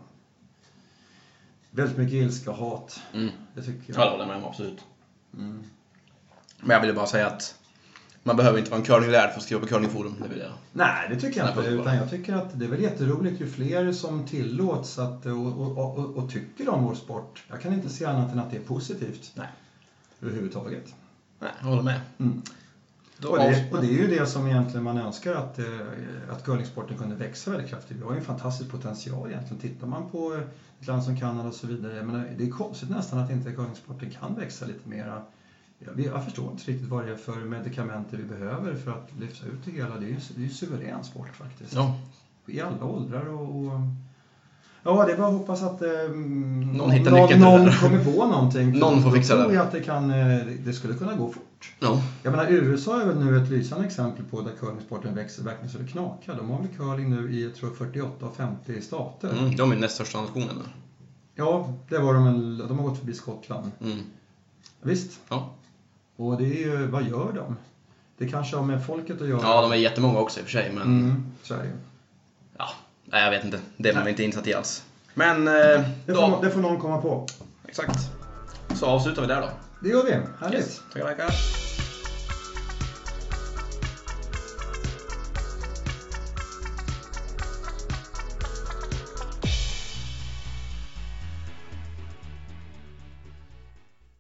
väldigt mycket ilska och hat. Mm. Det tycker Ja, det jag. håller jag med om, absolut. Mm. Men jag ville bara säga att man behöver inte vara en curlinglärd för att skriva på curlingforum. Det vill jag. Nej, det tycker jag Nej, inte. bara. Utan jag tycker att det är väl jätteroligt ju fler som tillåts att, och, och, och, och tycker om vår sport. Jag kan inte se annat än att det är positivt. Nej. Överhuvudtaget. Nej, jag håller med. Mm. Då Då Och det, avs- och det är ju det som egentligen man önskar, att, eh, att curlingsporten kunde växa väldigt kraftigt. Vi har ju en fantastisk potential egentligen. Tittar man på ett land som Kanada och så vidare, men det är konstigt nästan att inte curlingsporten kan växa lite mera. Jag, jag förstår inte riktigt vad det är för medikamenter vi behöver för att lyfta ut det hela. Det är ju det är ju suverän sport faktiskt. Ja. I alla åldrar och... och ja, det är bara att hoppas att eh, någon, hittar någon, nyckeln till någon det där. kommer på någonting. Någon får Då fixa tror det. jag att det, kan, eh, det skulle kunna gå fort. Ja. Jag menar, U S A är väl nu ett lysande exempel på där curlingsporten växer verkligen så det knakar. De har väl curling nu i, jag tror, fyrtioåtta av femtio stater. Mm, de är näst största nationen nu. Ja, det var de, en, de har gått förbi Skottland. Mm. Visst. Ja. Och det är ju, vad gör de? Det kanske har med folket att göra. ja, de är jättemånga också i och för sig, men Mm, så är det ju. ja, nej, jag vet inte. Det är man Nej. inte insatt i alls. Men, eh, Det får, då, det får någon komma på. exakt. Så avslutar vi där då. Det gör vi. Härligt. Yes. Tackar, tackar.